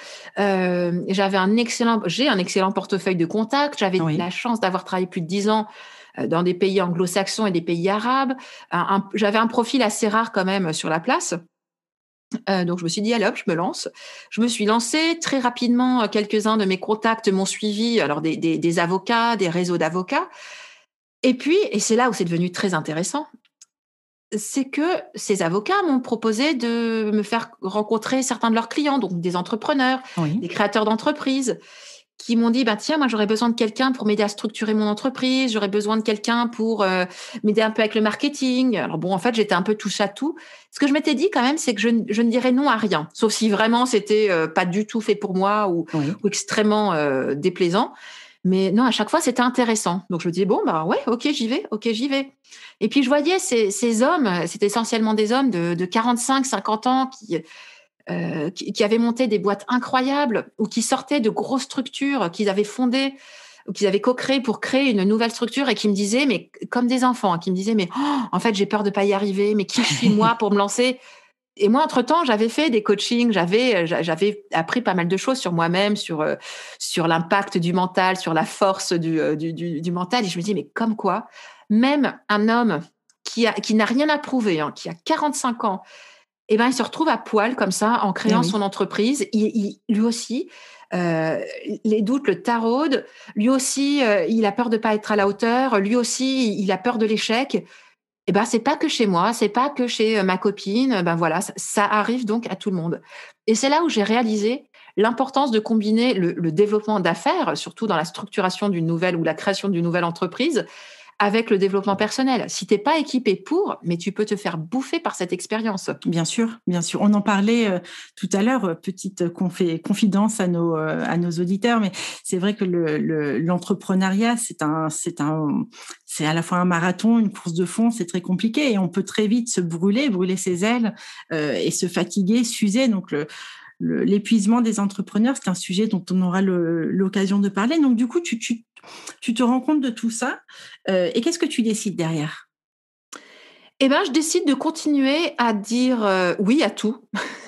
J'ai un excellent portefeuille de contacts. J'avais Oui. la chance d'avoir travaillé plus de 10 ans, dans des pays anglo-saxons et des pays arabes. J'avais un profil assez rare quand même, sur la place. Donc je me suis dit: «Allez hop, je me lance». Je me suis lancée. Très rapidement, quelques-uns de mes contacts m'ont suivie, alors des avocats, des réseaux d'avocats et puis et c'est là où c'est devenu très intéressant, c'est que ces avocats m'ont proposé de me faire rencontrer certains de leurs clients, donc des entrepreneurs, Oui. des créateurs d'entreprises, qui m'ont dit: «Bah, tiens, moi, j'aurais besoin de quelqu'un pour m'aider à structurer mon entreprise, j'aurais besoin de quelqu'un pour, m'aider un peu avec le marketing». Alors bon, en fait, j'étais un peu touche à tout. Ce que je m'étais dit quand même, c'est que je ne dirais non à rien, sauf si vraiment c'était, pas du tout fait pour moi Oui. ou extrêmement, déplaisant. Mais non, à chaque fois, c'était intéressant. Donc je me disais: «Bon, bah, ouais, OK, j'y vais» et puis je voyais ces hommes, c'était essentiellement des hommes de 45-50 ans qui avaient monté des boîtes incroyables ou qui sortaient de grosses structures qu'ils avaient fondées ou qu'ils avaient co-créées pour créer une nouvelle structure et qui me disaient, mais comme des enfants, hein, qui me disaient: «Mais oh, en fait, j'ai peur de pas y arriver, mais qui je suis moi pour me lancer?» Et moi, entre-temps, j'avais fait des coachings, j'avais appris pas mal de choses sur moi-même, sur l'impact du mental, sur la force du mental et je me dis: «Mais comme quoi, même un homme qui n'a rien à prouver, hein, qui a 45 ans et ben, il se retrouve à poil comme ça en Eh créant son oui. entreprise. Lui aussi, heu, les doutes le taraudent. Lui aussi, il a peur de pas être à la hauteur. Lui aussi, il a peur de l'échec Eh ben, c'est pas que chez moi, c'est pas que chez ma copine. Ben voilà, ça arrive donc à tout le monde. Et c'est là où j'ai réalisé l'importance de combiner le développement d'affaires, surtout dans la structuration d'une nouvelle ou la création d'une nouvelle entreprise, avec le développement personnel. Si t'es pas équipé pour, mais tu peux te faire bouffer par cette expérience. Bien sûr, bien sûr. On en parlait tout à l'heure, petite confidence à nos auditeurs, mais c'est vrai que l'entrepreneuriat, c'est à la fois un marathon, une course de fond, c'est très compliqué et on peut très vite se brûler ses ailes et se fatiguer, s'user. Donc l'épuisement des entrepreneurs, c'est un sujet dont on aura l'occasion de parler. Donc du coup, tu te rends compte de tout ça et qu'est-ce que tu décides derrière? Eh ben, je décide de continuer à dire oui à tout.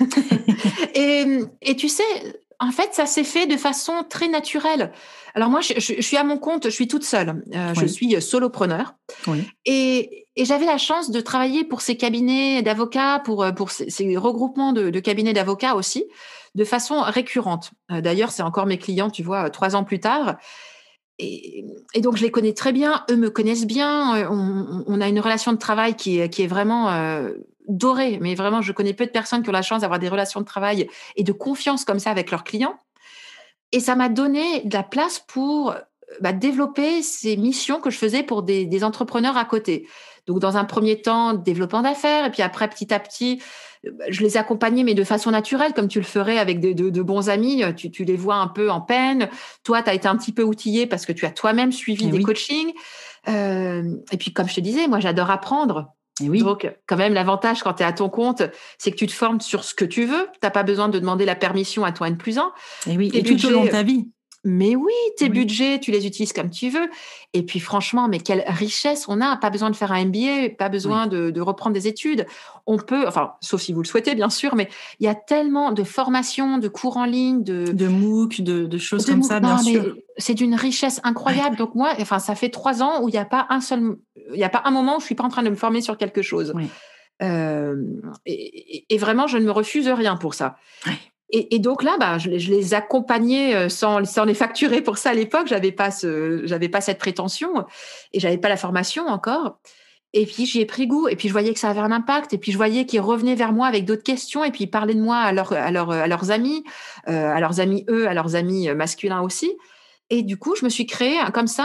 Et tu sais, en fait, ça s'est fait de façon très naturelle. Alors moi, je suis à mon compte, je suis toute seule. Je Oui, suis solopreneur. oui, Et j'avais la chance de travailler pour ces cabinets d'avocats, pour ces regroupements de cabinets d'avocats aussi, de façon récurrente. D'ailleurs, c'est encore mes clients, tu vois, 3 ans plus tard. Et donc, je les connais très bien, eux me connaissent bien. On a une relation de travail qui est vraiment dorée. Mais vraiment, je connais peu de personnes qui ont la chance d'avoir des relations de travail et de confiance comme ça avec leurs clients. Et ça m'a donné de la place pour développer ces missions que je faisais pour des entrepreneurs à côté. Donc, dans un premier temps, développement d'affaires, et puis après, petit à petit, je les accompagnais, mais de façon naturelle, comme tu le ferais avec de bons amis. Tu les vois un peu en peine. Toi, tu as été un petit peu outillé parce que tu as toi-même suivi et des oui, coachings. Et puis, comme je te disais, moi, j'adore apprendre. et oui. Donc, quand même, l'avantage quand tu es à ton compte, c'est que tu te formes sur ce que tu veux. Tu n'as pas besoin de demander la permission à toi N+1. Et oui, Tes et tout au long de budgets, ta vie. mais oui, tes Oui, budgets, tu les utilises comme tu veux. Et puis franchement, mais quelle richesse on a. Pas besoin de faire un MBA, pas oui. besoin de reprendre des études. On peut, enfin, sauf si vous le souhaitez, bien sûr, mais il y a tellement de formations, de cours en ligne, De MOOC, de choses comme ça, bien non, sûr. mais c'est d'une richesse Ouais, incroyable. Donc moi, enfin, ça fait 3 ans où il y a pas un moment où je suis pas en train de me former sur quelque chose. ouais, Euh, et vraiment, je ne me refuse rien pour ça. ouais. Et donc là, je les accompagnais sans les facturer pour ça à l'époque. J'avais pas cette prétention et j'avais pas la formation encore. Et puis j'y ai pris goût. Et puis je voyais que ça avait un impact. Et puis je voyais qu'ils revenaient vers moi avec d'autres questions. Et puis ils parlaient de moi à leurs amis, à leurs amis eux, à leurs amis masculins aussi. Et du coup, je me suis créé comme ça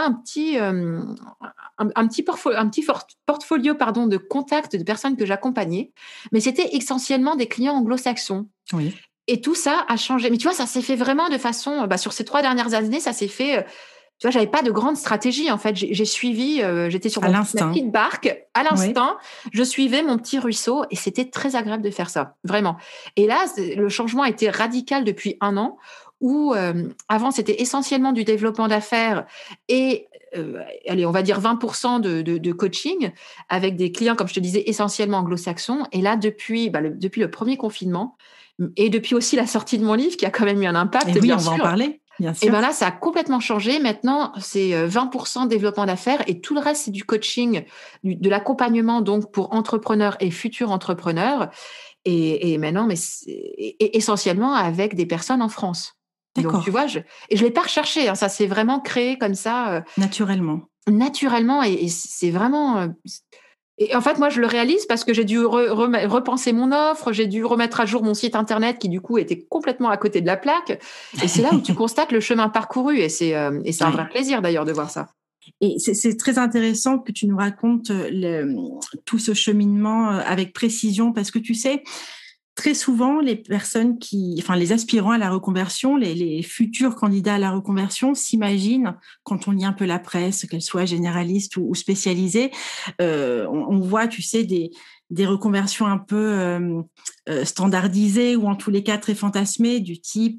un petit portfolio pardon de contacts de personnes que j'accompagnais. Mais c'était essentiellement des clients anglo-saxons. Oui, Et tout ça a changé. Mais tu vois, ça s'est fait vraiment de façon, sur ces 3 dernières années, ça s'est fait, tu vois, j'avais pas de grande stratégie, en fait. J'ai suivi, j'étais sur à ma l'instinct. petite barque, à Oui, l'instinct, je suivais mon petit ruisseau et c'était très agréable de faire ça, vraiment. Et là, le changement a été radical depuis 1 an où, avant, c'était essentiellement du développement d'affaires et allez, on va dire 20 de coaching avec des clients, comme je te disais, essentiellement anglo-saxons. Et là, depuis le 1er confinement, et depuis aussi la sortie de mon livre qui a quand même eu un et impact, oui, bien on va en sûr. parler, bien Et sûr. ben là, ça a complètement changé. Maintenant, c'est 20 développement d'affaires et tout le reste, c'est du coaching, de l'accompagnement donc pour entrepreneurs et futurs entrepreneurs. Et maintenant, mais essentiellement avec des personnes en France. Donc, tu D'accord, vois, je l'ai pas recherché, hein, ça s'est vraiment créé comme ça, naturellement. naturellement et c'est vraiment, et en fait, moi, je le réalise parce que j'ai dû repenser mon offre, j'ai dû remettre à jour mon site internet qui, du coup, était complètement à côté de la plaque. Et c'est là où tu constates le chemin parcouru et c'est un vrai Ouais. plaisir d'ailleurs de voir ça. Et c'est très intéressant que tu nous racontes tout ce cheminement avec précision parce que tu sais, très souvent, les personnes enfin, les aspirants à la reconversion, les futurs candidats à la reconversion s'imaginent, quand on lit un peu la presse, qu'elle soit généraliste ou spécialisée, on voit, tu sais, des reconversions un peu standardisées ou en tous les cas très fantasmées, du type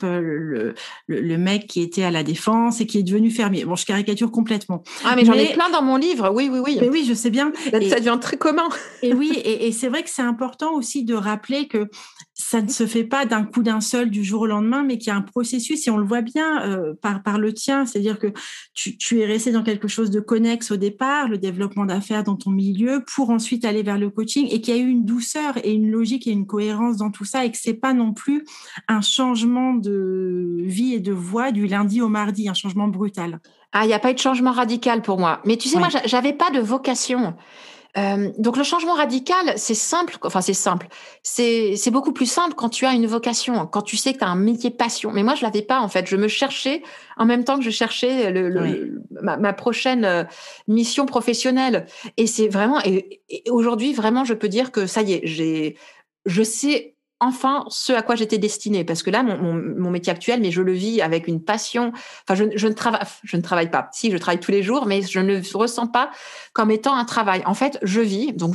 le mec qui était à la défense et qui est devenu fermier. Bon, je caricature complètement. Ah, mais j'en ai Mais, plein dans mon livre, oui, oui, oui. mais oui, je sais bien. Ça devient très commun. Et oui, et c'est vrai que c'est important aussi de rappeler que ça ne se fait pas d'un coup d'un seul du jour au lendemain, mais qu'il y a un processus et on le voit bien par le tien, c'est-à-dire que tu es resté dans quelque chose de connexe au départ, le développement d'affaires dans ton milieu, pour ensuite aller vers le coaching et qu'il y a eu une douceur et une logique et une cohérence dans tout ça et que c'est pas non plus un changement de vie et de voie du lundi au mardi, un changement brutal. Ah, il n'y a pas eu de changement radical pour moi. Mais tu sais, moi, Oui, j'avais pas de vocation. Donc le changement radical, c'est simple, enfin c'est simple. C'est beaucoup plus simple quand tu as une vocation, quand tu sais que tu as un métier passion. Mais moi, je l'avais pas en fait. Je me cherchais en même temps que je cherchais Oui. ma prochaine mission professionnelle. Et c'est vraiment et aujourd'hui vraiment, je peux dire que ça y est, je sais enfin ce à quoi j'étais destinée. Parce que là, mon métier actuel, mais je le vis avec une passion. Enfin, je ne travaille pas. Si, je travaille tous les jours, mais je ne le ressens pas comme étant un travail. En fait, je vis, donc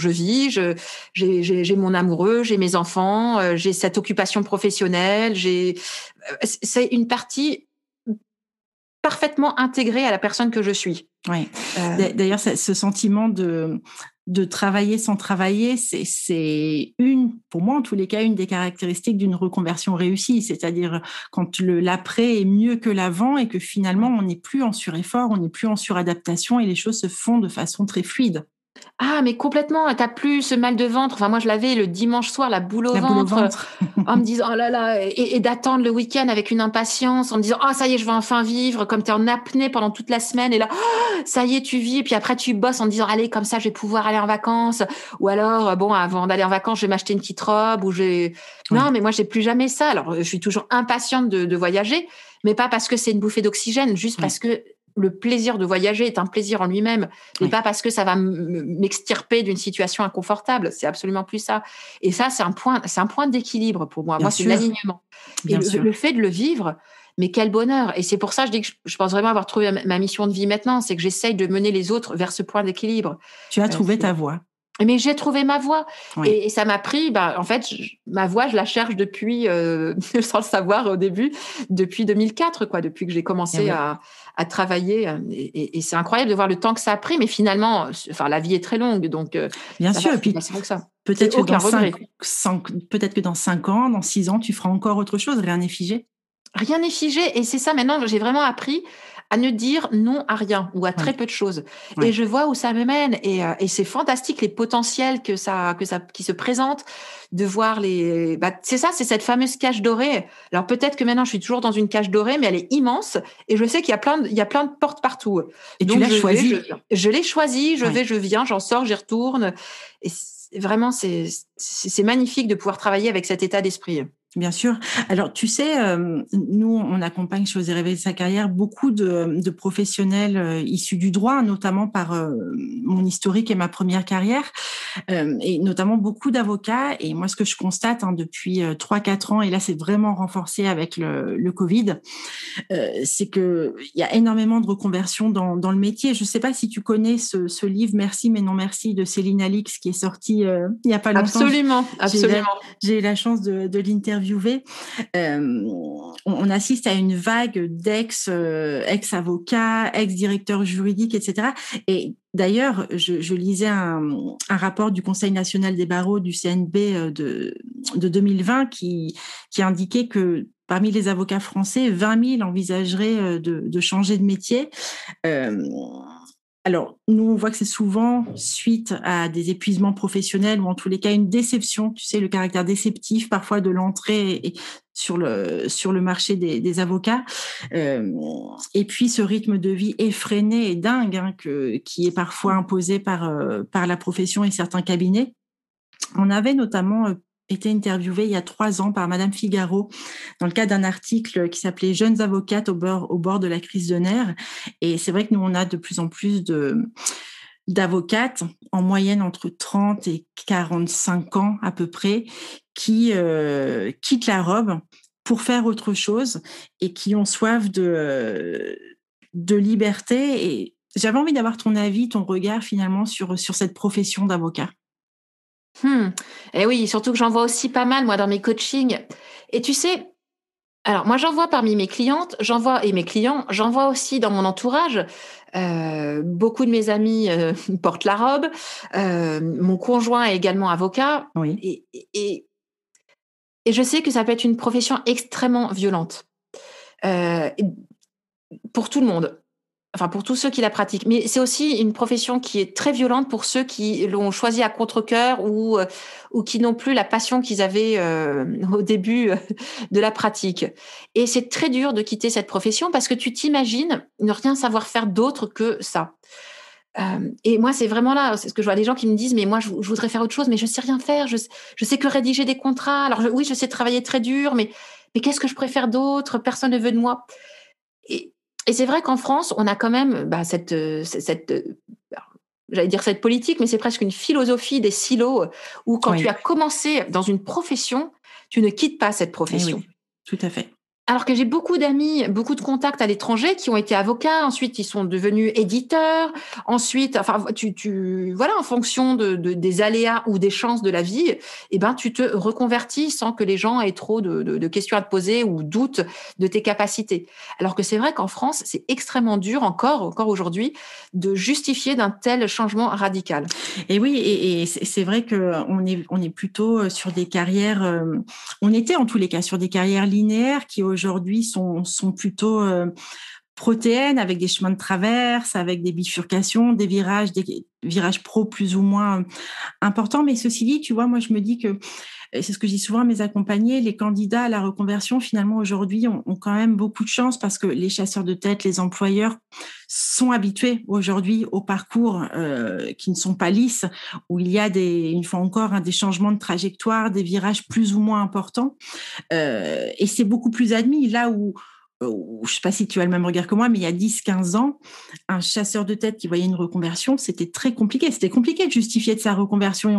j'ai mon amoureux, j'ai mes enfants, j'ai cette occupation professionnelle, c'est une partie parfaitement intégrée à la personne que je suis. Oui. Euh, D'ailleurs, ce sentiment de travailler sans travailler, c'est pour moi en tous les cas, une des caractéristiques d'une reconversion réussie. C'est-à-dire quand l'après est mieux que l'avant et que finalement, on n'est plus en sureffort, on n'est plus en suradaptation et les choses se font de façon très fluide. Ah, mais complètement, t'as plus ce mal de ventre. Enfin, moi, je l'avais le dimanche soir, la boule au La boule au ventre, ventre. en me disant, oh là là, et d'attendre le week-end avec une impatience, en me disant, oh, ça y est, je vais enfin vivre, comme t'es en apnée pendant toute la semaine, et là, oh, ça y est, tu vis, et puis après, tu bosses en te disant, allez, comme ça, je vais pouvoir aller en vacances, ou alors, bon, avant d'aller en vacances, je vais m'acheter une petite robe, non, Oui, mais moi, j'ai plus jamais ça. Alors, je suis toujours impatiente de voyager, mais pas parce que c'est une bouffée d'oxygène, juste parce oui, que le plaisir de voyager est un plaisir en lui-même, mais oui, pas parce que ça va m'extirper d'une situation inconfortable. C'est absolument plus ça. Et ça, c'est un point d'équilibre pour moi. bien Moi, c'est de sûr, l'alignement. Et bien sûr. le fait de le vivre, mais quel bonheur. Et c'est pour ça que je dis que je pense vraiment avoir trouvé ma mission de vie maintenant, c'est que j'essaye de mener les autres vers ce point d'équilibre. Tu as trouvé C'est ta voie. Mais j'ai trouvé ma voie Oui, et ça m'a pris, en fait, ma voie, je la cherche depuis, sans le savoir au début, depuis 2004, quoi, depuis que j'ai eh commencé oui. à travailler. Et c'est incroyable de voir le temps que ça a pris, mais finalement, enfin, la vie est très longue, donc Bien ça va, sûr. Et c'est puis pas si long que ça. Et peut-être que aucun regret. peut-être que dans 5 ans, dans 6 ans, tu feras encore autre chose. Rien n'est figé. Rien n'est figé et c'est ça maintenant, j'ai vraiment appris à ne dire non à rien ou à très Oui, peu de choses et oui. je vois où ça me mène et c'est fantastique les potentiels que ça qui se présentent, de voir c'est ça, c'est cette fameuse cage dorée. Alors peut-être que maintenant je suis toujours dans une cage dorée, mais elle est immense et je sais qu'il y a plein de portes partout. Et tu Donc l'as je vais, je choisi. viens. Je l'ai choisi, je Oui. vais, je viens, j'en sors, j'y retourne et vraiment c'est magnifique de pouvoir travailler avec cet état d'esprit. Bien sûr. Alors, tu sais, nous, on accompagne chez Oser Révéler sa carrière beaucoup de professionnels issus du droit, notamment par mon historique et ma première carrière, et notamment beaucoup d'avocats. Et moi, ce que je constate depuis 3-4 ans, et là, c'est vraiment renforcé avec le Covid, c'est qu'il y a énormément de reconversions dans le métier. Je ne sais pas si tu connais ce livre «Merci mais non merci» de Céline Alix qui est sorti il n'y a pas longtemps. Absolument, J'ai eu la, absolument. j'ai eu la chance de l'interviewer. On assiste à une vague ex-avocats, ex-directeurs juridiques, etc. Et d'ailleurs, je lisais un rapport du Conseil national des barreaux du CNB de 2020 qui indiquait que parmi les avocats français, 20 000 envisageraient de changer de métier. Euh, alors, nous, on voit que c'est souvent suite à des épuisements professionnels ou en tous les cas une déception, tu sais, le caractère déceptif parfois de l'entrée sur le marché des avocats. Et puis, ce rythme de vie effréné et dingue qui est parfois imposé par la profession et certains cabinets. On avait notamment été interviewé il y a 3 ans par Madame Figaro dans le cadre d'un article qui s'appelait Jeunes avocates au bord de la crise de nerfs. Et c'est vrai que nous, on a de plus en plus d'avocates, en moyenne entre 30 et 45 ans à peu près, qui quittent la robe pour faire autre chose et qui ont soif de liberté. Et j'avais envie d'avoir ton avis, ton regard finalement sur cette profession d'avocat. Et oui, surtout que j'en vois aussi pas mal, moi, dans mes coachings. Et tu sais, alors moi, j'en vois parmi mes clientes, et mes clients, j'en vois aussi dans mon entourage. Beaucoup de mes amis portent la robe. Mon conjoint est également avocat. Oui. Et je sais que ça peut être une profession extrêmement violente euh, pour tout le monde. Enfin, pour tous ceux qui la pratiquent. Mais c'est aussi une profession qui est très violente pour ceux qui l'ont choisie à contre-cœur ou qui n'ont plus la passion qu'ils avaient au début de la pratique. Et c'est très dur de quitter cette profession parce que tu t'imagines ne rien savoir faire d'autre que ça. Et moi, c'est vraiment là, c'est ce que je vois des gens qui me disent, mais moi, je voudrais faire autre chose, mais je sais rien faire. Je sais que rédiger des contrats. Alors oui, je sais travailler très dur, mais qu'est-ce que je préfère d'autre? Personne ne veut de moi. Et, et c'est vrai qu'en France, on a quand même alors, j'allais dire cette politique, mais c'est presque une philosophie des silos où quand tu Oui, as commencé dans une profession, tu ne quittes pas cette eh profession. oui, tout à fait. Alors que j'ai beaucoup d'amis, beaucoup de contacts à l'étranger qui ont été avocats, ensuite ils sont devenus éditeurs, ensuite, enfin, voilà, en fonction des aléas ou des chances de la vie, eh ben, tu te reconvertis sans que les gens aient trop de questions à te poser ou doutent de tes capacités. Alors que c'est vrai qu'en France, c'est extrêmement dur encore aujourd'hui, de justifier d'un tel changement radical. Et oui, et c'est vrai qu'on est plutôt sur des carrières, on était en tous les cas sur des carrières linéaires qui aujourd'hui sont plutôt protéennes, avec des chemins de traverse, avec des bifurcations, des virages pro plus ou moins importants. Mais ceci dit, tu vois, moi je me dis que, et c'est ce que je dis souvent à mes accompagnés, les candidats à la reconversion, finalement, aujourd'hui, ont quand même beaucoup de chance parce que les chasseurs de tête, les employeurs sont habitués aujourd'hui aux parcours qui ne sont pas lisses, où il y a une fois encore, des changements de trajectoire, des virages plus ou moins importants. Et c'est beaucoup plus admis. Là où je ne sais pas si tu as le même regard que moi, mais il y a 10-15 ans, un chasseur de tête qui voyait une reconversion, c'était très compliqué. C'était compliqué de justifier de sa reconversion et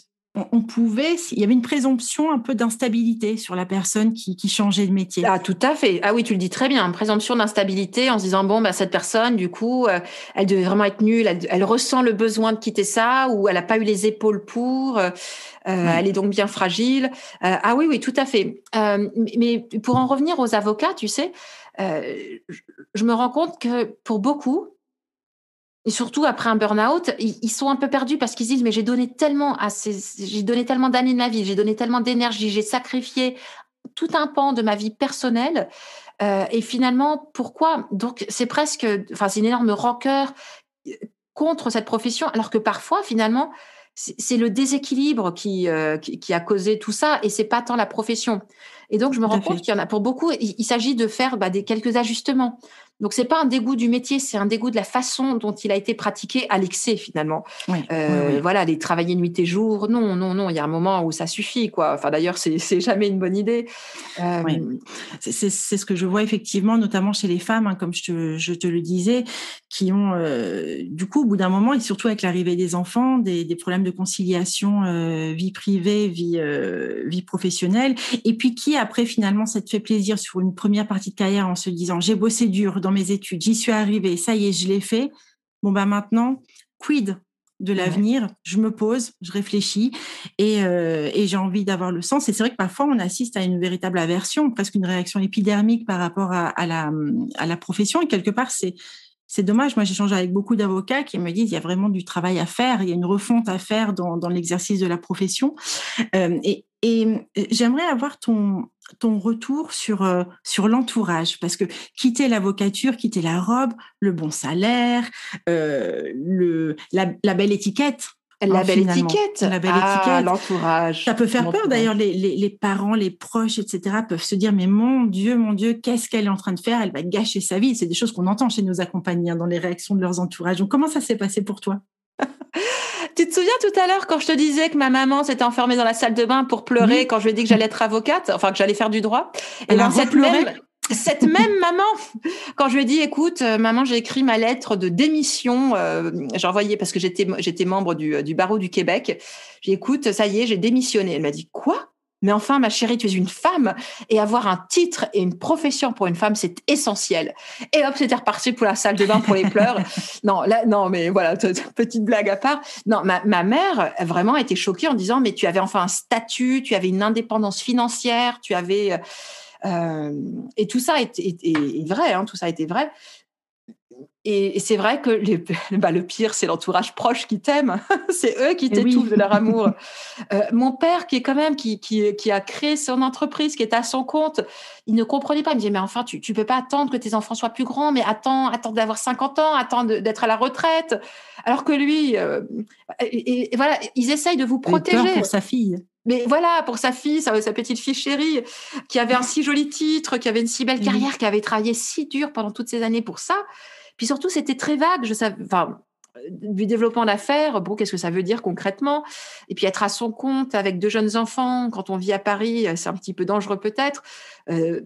il y avait une présomption un peu d'instabilité sur la personne qui changeait de métier. Ah, tout à fait. Ah oui, tu le dis très bien. Présomption d'instabilité en se disant, bon, bah, cette personne, du coup, elle devait vraiment être nulle. Elle ressent le besoin de quitter ça ou elle n'a pas eu les épaules pour. Elle Oui, est donc bien fragile. Ah oui, oui, tout à fait. Mais pour en revenir aux avocats, tu sais, euh, je je me rends compte que pour beaucoup, et surtout après un burn-out, ils sont un peu perdus parce qu'ils disent, mais j'ai donné tellement d'années de ma vie, j'ai donné tellement d'énergie, j'ai sacrifié tout un pan de ma vie personnelle. Et finalement, pourquoi? Donc c'est presque, enfin, c'est une énorme rancœur euh, contre cette profession, alors que parfois, finalement, c'est le déséquilibre qui a causé tout ça, et c'est pas tant la profession. Et donc, je me tout rends à compte fait. qu'il y en a pour beaucoup, il s'agit de faire des quelques ajustements. Donc, c'est pas un dégoût du métier, c'est un dégoût de la façon dont il a été pratiqué à l'excès, finalement. Oui, oui, oui. Voilà, les travailler nuit et jour, non, non, non, il y a un moment où ça suffit, quoi. Enfin, d'ailleurs, c'est jamais une bonne idée. Oui, Euh, c'est ce que je vois effectivement, notamment chez les femmes, comme je te le disais, qui ont, du coup, au bout d'un moment, et surtout avec l'arrivée des enfants, des problèmes de conciliation vie privée, vie professionnelle, et puis qui, après, finalement, ça te fait plaisir sur une première partie de carrière en se disant, j'ai bossé dur dans mes études, j'y suis arrivée, ça y est, je l'ai fait. Bon, bah maintenant, quid de ouais. l'avenir? Je me pose, je réfléchis et j'ai envie d'avoir le sens. Et c'est vrai que parfois, on assiste à une véritable aversion, presque une réaction épidermique par rapport à la profession. Et quelque part, c'est dommage. Moi, j'échange avec beaucoup d'avocats qui me disent il y a vraiment du travail à faire, il y a une refonte à faire dans l'exercice de la profession. Et j'aimerais avoir ton retour sur l'entourage, parce que quitter l'avocature, quitter la robe, le bon salaire, la belle étiquette, La belle finalement, étiquette. la belle Ah, étiquette. Ça l'entourage. peut faire peur L'entourage. d'ailleurs, les parents, les proches, etc. peuvent se dire mais mon Dieu, qu'est-ce qu'elle est en train de faire? Elle va gâcher sa vie. C'est des choses qu'on entend chez nos accompagnants dans les réactions de leurs entourages. Donc comment ça s'est passé pour toi? Tu te souviens tout à l'heure quand je te disais que ma maman s'était enfermée dans la salle de bain pour pleurer Oui, quand je lui ai dit que j'allais être avocate, enfin que j'allais faire du droit? Et elle a ben repleuré. cette même maman, quand je lui ai dit, écoute, maman, j'ai écrit ma lettre de démission, j'ai envoyé parce que j'étais membre du barreau du Québec. J'ai dit, écoute, ça y est, j'ai démissionné. Elle m'a dit, quoi? Mais enfin, ma chérie, tu es une femme et avoir un titre et une profession pour une femme, c'est essentiel. Et hop, c'était reparti pour la salle de bain pour les pleurs. Non, là, non, mais voilà, petite blague à part. Non, ma mère a vraiment été choquée en disant, mais tu avais enfin un statut, tu avais une indépendance financière, tu avais et tout ça est vrai, hein, tout ça était vrai. Et c'est vrai que le pire, c'est l'entourage proche qui t'aime. C'est eux qui Et oui. t'étouffent de leur amour. Mon père, qui est quand même, qui a créé son entreprise, qui est à son compte, il ne comprenait pas. Il me disait, mais enfin, tu peux pas attendre que tes enfants soient plus grands, mais attends d'avoir 50 ans, attends d'être à la retraite. Alors que lui, et voilà, ils essayent de vous Elle avait peur pour protéger. sa fille. Mais voilà, pour sa fille, sa petite fille chérie, qui avait un si joli titre, qui avait une si belle Et oui. carrière, qui avait travaillé si dur pendant toutes ces années pour ça. Puis surtout, c'était très vague. Je savais, enfin, du développement d'affaires, bon, qu'est-ce que ça veut dire concrètement? Et puis être à son compte avec 2 jeunes enfants, quand on vit à Paris, c'est un petit peu dangereux peut-être. Heu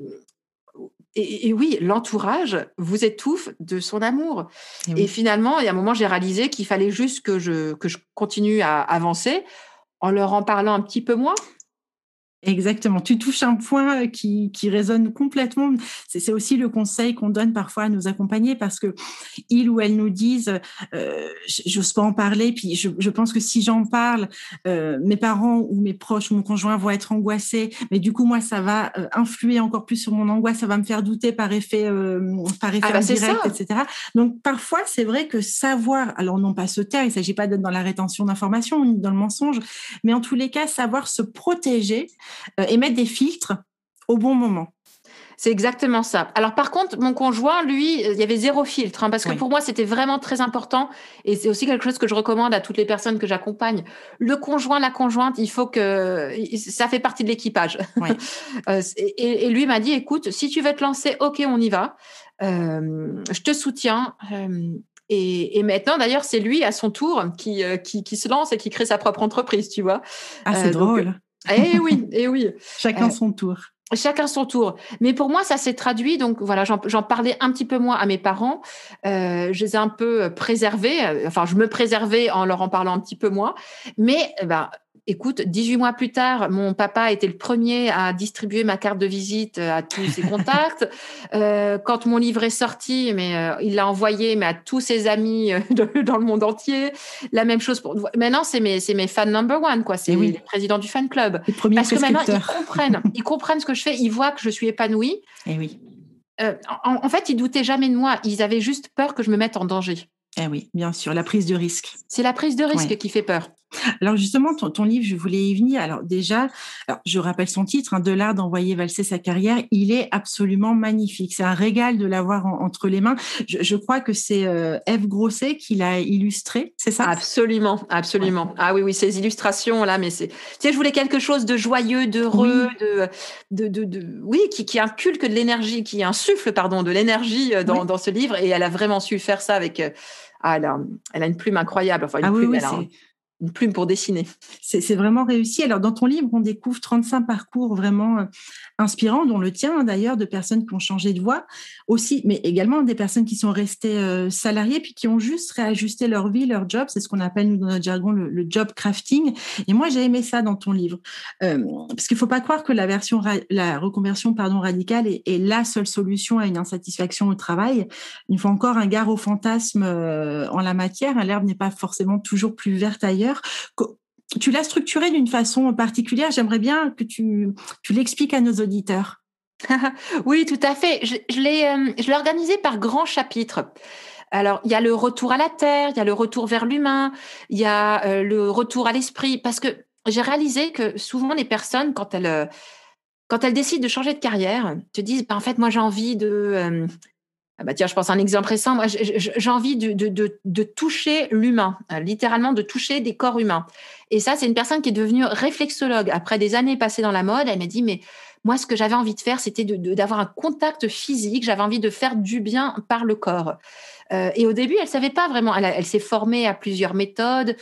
et oui, l'entourage vous étouffe de son amour Et et oui. finalement, il y a un moment, j'ai réalisé qu'il fallait juste que je continue à avancer en leur en parlant un petit peu moins. Exactement. Tu touches un point qui résonne complètement. C'est aussi le conseil qu'on donne parfois à nos accompagnés parce que ils ou elles nous disent j'ose pas en parler. Puis je pense que si j'en parle, mes parents ou mes proches ou mon conjoint vont être angoissés. Mais du coup, moi, ça va influer encore plus sur mon angoisse. Ça va me faire douter par Ah effet bah, c'est indirect, ça! etc. Donc parfois, c'est vrai que savoir, alors non pas se taire, il s'agit pas d'être dans la rétention d'informations ni dans le mensonge, mais en tous les cas, savoir se protéger et mettre des filtres au bon moment. C'est exactement ça. Alors par contre, mon conjoint, lui, il y avait zéro filtre, hein, parce que Oui, pour moi, c'était vraiment très important et c'est aussi quelque chose que je recommande à toutes les personnes que j'accompagne. Le conjoint, la conjointe, il faut que i ça fait partie de l'équipage. oui. Et lui m'a dit: «Écoute, si tu veux te lancer, OK, on y va. Je te soutiens». Et maintenant d'ailleurs, c'est lui à son tour qui se lance et qui crée sa propre entreprise, tu vois? Ah, c'est Donc drôle. eh oui, eh oui. Chacun Heu son tour. Chacun son tour. Mais pour moi, ça s'est traduit donc voilà, j'en parlais un petit peu moins à mes parents. Je les ai un peu, préservés, enfin je me préservais en leur en parlant un petit peu moins. Mais, bah, écoute, 18 mois plus tard, mon papa était le premier à distribuer ma carte de visite, à tous ses contacts. Quand mon livre est sorti, il l'a envoyé, mais à tous ses amis, dans le monde entier. La même chose pour maintenant, c'est mes fans number one, quoi, c'est Et les oui, présidents du fan club. les premiers Parce que maintenant, prescripteurs. ils comprennent ce que je fais, ils voient que je suis épanouie. Et oui, En fait, ils doutaient jamais de moi, ils avaient juste peur que je me mette en danger. et oui, bien sûr, la prise de risque. C'est la prise de Ouais. risque qui fait peur. Alors justement, ton livre, je voulais y venir. Alors déjà, alors je rappelle son titre, hein, De l'art d'envoyer valser sa carrière. Il est absolument magnifique. C'est un régal de l'avoir entre les mains. Je crois que c'est Ève Grosset qui l'a illustré, c'est ça? Absolument, Ouais. absolument. Ah oui, oui, ces illustrations-là, mais c'est tu sais, je voulais quelque chose de joyeux, d'heureux, Oui, oui, qui inculque de l'énergie, qui insuffle, pardon, de l'énergie, oui. dans ce livre et elle a vraiment su faire ça avec, elle a une plume incroyable, enfin Ah une oui, plume, oui, elle a une plume pour dessiner. c'est vraiment réussi. Alors, dans ton livre, on découvre 35 parcours vraiment inspirants, dont le tien d'ailleurs, de personnes qui ont changé de voie aussi, mais également des personnes qui sont restées salariées puis qui ont juste réajusté leur vie, leur job. C'est ce qu'on appelle, nous, dans notre jargon, le job crafting. Et moi, j'ai aimé ça dans ton livre. Parce qu'il ne faut pas croire que la reconversion radicale est la seule solution à une insatisfaction au travail. Il faut encore un gare au fantasme en la matière. L'herbe n'est pas forcément toujours plus verte ailleurs. Tu l'as structuré d'une façon particulière. J'aimerais bien que tu l'expliques à nos auditeurs. Oui, tout à fait. Je l'ai organisé par grands chapitres. Alors, il y a le retour à la terre, il y a le retour vers l'humain, il y a, le retour à l'esprit. Parce que j'ai réalisé que souvent les personnes quand elles décident de changer de carrière, te disent: «Bah, en fait, moi j'ai envie de, ah bah tiens, je pense à un exemple récent. Moi, j'ai envie de toucher l'humain, littéralement de toucher des corps humains. Et ça, c'est une personne qui est devenue réflexologue. Après des années passées dans la mode, elle m'a dit, mais moi, ce que j'avais envie de faire, c'était d'avoir un contact physique. J'avais envie de faire du bien par le corps. Et au début, elle savait pas vraiment. Elle s'est formée à plusieurs méthodes,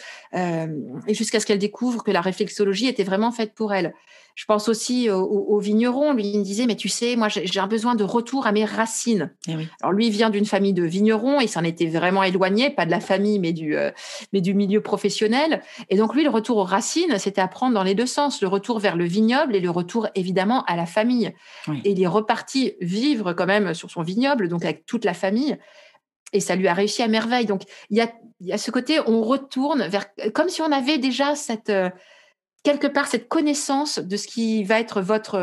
et jusqu'à ce qu'elle découvre que la réflexologie était vraiment faite pour elle. Je pense aussi au vigneron. Lui, il me disait, mais tu sais, moi, j'ai un besoin de retour à mes racines. Eh oui, Alors lui, il vient d'une famille de vignerons, il s'en était vraiment éloigné, pas de la famille, mais du milieu professionnel. Et donc lui, le retour aux racines, c'était à prendre dans les 2 sens, le retour vers le vignoble et le retour évidemment à la famille. oui. Et il est reparti vivre quand même sur son vignoble, donc avec toute la famille, et ça lui a réussi à merveille. Donc il y a ce côté, on retourne vers, comme si on avait déjà quelque part cette connaissance de ce qui va être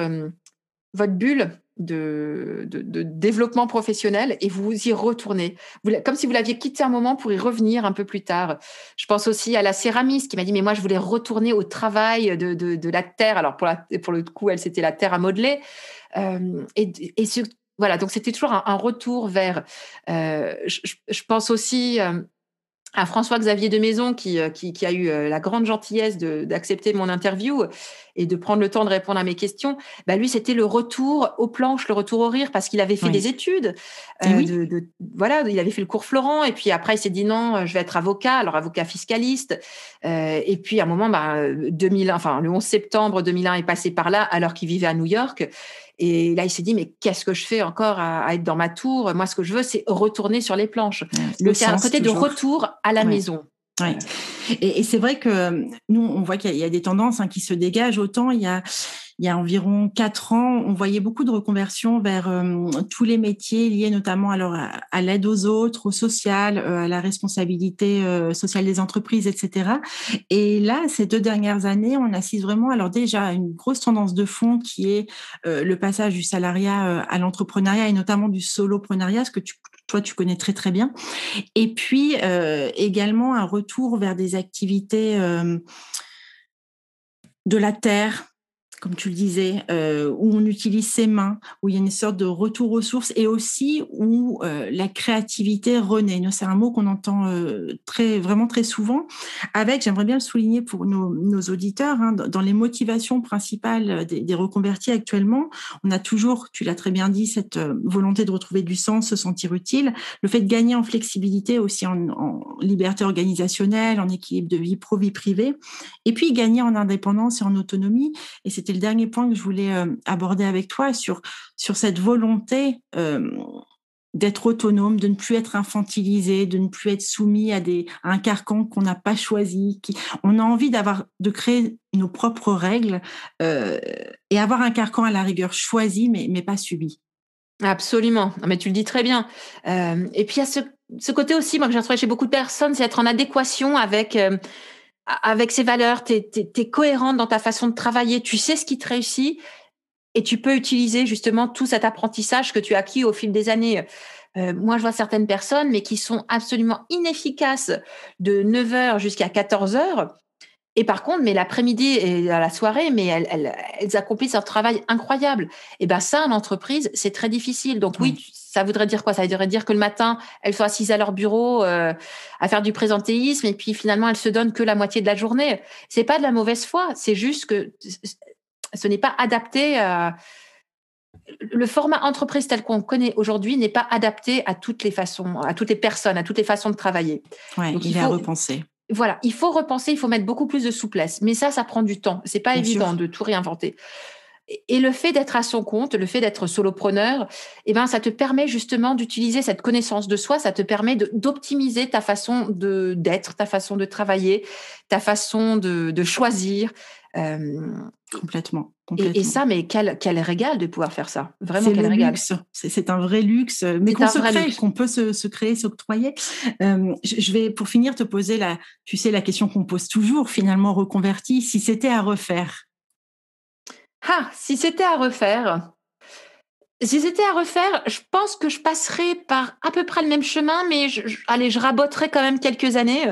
votre bulle de développement professionnel et vous y retournez. Comme si vous l'aviez quitté un moment pour y revenir un peu plus tard. Je pense aussi à la céramiste qui m'a dit: «Mais moi, je voulais retourner au travail de la terre». Alors pour le coup, elle, c'était la terre à modeler. Voilà, donc c'était toujours un retour vers, je pense aussi, à François-Xavier de Maison qui a eu la grande gentillesse d'accepter mon interview et de prendre le temps de répondre à mes questions. Bah, lui, c'était le retour aux planches, le retour au rire, parce qu'il avait fait Oui. des études. Et oui. Voilà, il avait fait le cours Florent, et puis après, il s'est dit non, je vais être avocat, alors avocat fiscaliste. Et puis à un moment, 2001, enfin le 11 septembre 2001 est passé par là, alors qu'il vivait à New York. Et là, il s'est dit, mais qu'est-ce que je fais encore à être dans ma tour? Moi, ce que je veux, c'est retourner sur les planches. Le Le sens, côté de toujours. retour à la Ouais. maison. Ouais. Et c'est vrai que nous, on voit qu'il y a des tendances qui se dégagent. Autant il y a environ 4 ans, on voyait beaucoup de reconversions vers tous les métiers liés notamment alors à l'aide aux autres, au social, à la responsabilité sociale des entreprises, etc. Et là, ces 2 dernières années, on assiste vraiment alors déjà à une grosse tendance de fond qui est le passage du salariat à l'entrepreneuriat et notamment du soloprenariat, ce que toi, tu connais très, très bien. Et puis, également un retour vers des activités de la terre, comme tu le disais, où on utilise ses mains, où il y a une sorte de retour aux sources et aussi où la créativité renaît. C'est un mot qu'on entend vraiment très souvent. Avec, j'aimerais bien le souligner pour nos auditeurs, dans les motivations principales des reconvertis actuellement, on a toujours, tu l'as très bien dit, cette volonté de retrouver du sens, se sentir utile, le fait de gagner en flexibilité aussi en liberté organisationnelle, en équilibre de vie pro, vie privée, et puis gagner en indépendance et en autonomie. Et c'était le dernier point que je voulais aborder avec toi sur cette volonté d'être autonome, de ne plus être infantilisé, de ne plus être soumis à un carcan qu'on n'a pas choisi. On a envie de créer nos propres règles et avoir un carcan à la rigueur choisi, mais pas subi. Absolument. Mais tu le dis très bien. Et puis il y a ce côté aussi, moi que j'ai retrouvé chez beaucoup de personnes, c'est être en adéquation avec ses valeurs. T'es cohérente dans ta façon de travailler. Tu sais ce qui te réussit et tu peux utiliser justement tout cet apprentissage que tu as acquis au fil des années. Moi, je vois certaines personnes, mais qui sont absolument inefficaces de 9 heures jusqu'à 14 heures. Et par contre, mais l'après-midi et à la soirée, mais elles accomplissent un travail incroyable. Et ben ça, en entreprise, c'est très difficile. Donc oui, Oui. ça voudrait dire quoi? Ça voudrait dire que le matin, elles sont assises à leur bureau à faire du présentéisme et puis finalement, elles se donnent que la moitié de la journée. C'est pas de la mauvaise foi, c'est juste que ce n'est pas adapté le format entreprise tel qu'on le connaît aujourd'hui n'est pas adapté à toutes les façons, à toutes les personnes, à toutes les façons de travailler. Ouais, Donc il est à repenser. voilà, il faut repenser, il faut mettre beaucoup plus de souplesse. Mais ça prend du temps. C'est pas Bien évident sûr. de tout réinventer. Et le fait d'être à son compte, le fait d'être solopreneur, ça te permet justement d'utiliser cette connaissance de soi, ça te permet d'optimiser ta façon d'être, ta façon de travailler, ta façon de choisir. Complètement. Et ça, mais quel régal de pouvoir faire ça. Vraiment, C'est quel le régal. luxe. C'est un vrai luxe, mais C'est qu'on un se vrai crée, luxe. qu'on peut se créer, s'octroyer. Je vais, pour finir, te poser la question qu'on pose toujours, finalement, reconvertie, si c'était à refaire. Ah, si c'était à refaire, je pense que je passerais par à peu près le même chemin, mais allez, je raboterais quand même quelques années.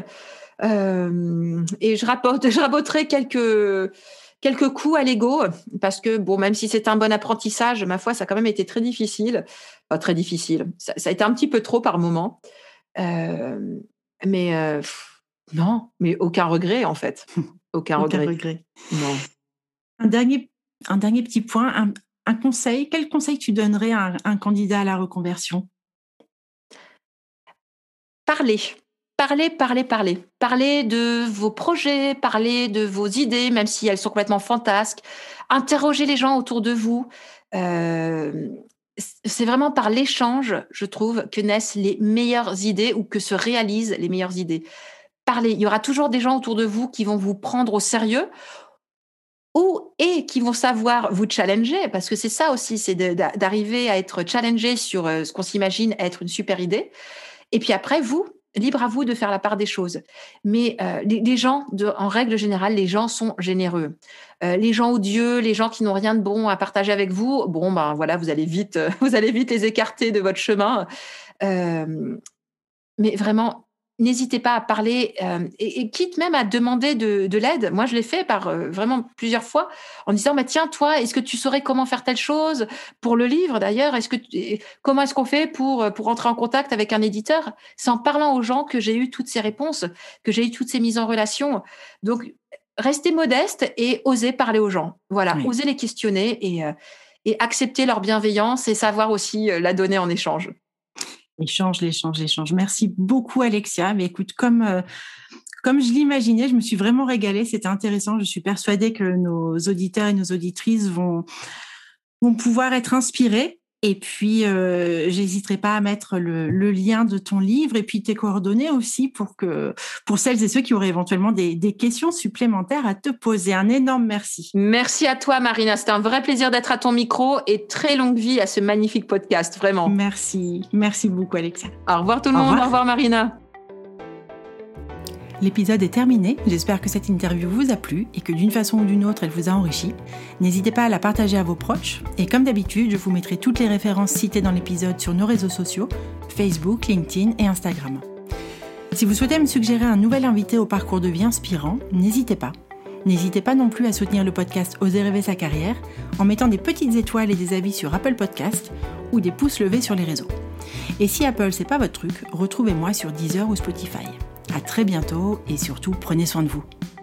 Et je raboterai quelques coups à l'ego parce que bon, même si c'est un bon apprentissage, ma foi, ça a quand même été très difficile. Enfin, très difficile. Ça a été un petit peu trop par moment. Euh, mais non, mais aucun regret en fait. Aucun Aucun regret. regret. Non. Un dernier petit point, un conseil. Quel conseil tu donnerais à un candidat à la reconversion? Parlez. Parlez, parlez, parlez. Parlez de vos projets, parlez de vos idées, même si elles sont complètement fantasques. Interrogez les gens autour de vous. Euh, c'est vraiment par l'échange, je trouve, que naissent les meilleures idées ou que se réalisent les meilleures idées. Parlez. Il y aura toujours des gens autour de vous qui vont vous prendre au sérieux et qui vont savoir vous challenger, parce que c'est ça aussi, c'est d'arriver à être challengé sur ce qu'on s'imagine être une super idée. Et puis après, libre à vous de faire la part des choses. Mais les gens, en règle générale, les gens sont généreux. Les gens odieux, les gens qui n'ont rien de bon à partager avec vous, bon, voilà, vous allez vite, vous allez vite les écarter de votre chemin. Mais vraiment, n'hésitez pas à parler et quitte même à demander de l'aide. Moi, je l'ai fait par vraiment plusieurs fois en disant tiens, toi, est-ce que tu saurais comment faire telle chose pour le livre d'ailleurs? Comment est-ce qu'on fait pour entrer en contact avec un éditeur? C'est en parlant aux gens que j'ai eu toutes ces réponses, que j'ai eu toutes ces mises en relation. Donc, restez modeste et osez parler aux gens. Voilà, Oui. osez les questionner et accepter leur bienveillance et savoir aussi la donner en échange. L'échange. Merci beaucoup, Alexia. Mais écoute, comme je l'imaginais, je me suis vraiment régalée. C'était intéressant. Je suis persuadée que nos auditeurs et nos auditrices vont pouvoir être inspirés. Et puis, j'hésiterai pas à mettre le lien de ton livre et puis tes coordonnées aussi pour celles et ceux qui auraient éventuellement des questions supplémentaires à te poser. Un énorme merci. Merci à toi, Marina. C'était un vrai plaisir d'être à ton micro et très longue vie à ce magnifique podcast, vraiment. Merci. Merci beaucoup, Alexia. Au revoir tout le monde. Au revoir, Marina. L'épisode est terminé, j'espère que cette interview vous a plu et que d'une façon ou d'une autre elle vous a enrichi. N'hésitez pas à la partager à vos proches et comme d'habitude, je vous mettrai toutes les références citées dans l'épisode sur nos réseaux sociaux, Facebook, LinkedIn et Instagram. Si vous souhaitez me suggérer un nouvel invité au parcours de vie inspirant, n'hésitez pas. N'hésitez pas non plus à soutenir le podcast Oser rêver sa carrière en mettant des petites étoiles et des avis sur Apple Podcast ou des pouces levés sur les réseaux. Et si Apple c'est pas votre truc, retrouvez-moi sur Deezer ou Spotify. À très bientôt et surtout prenez soin de vous.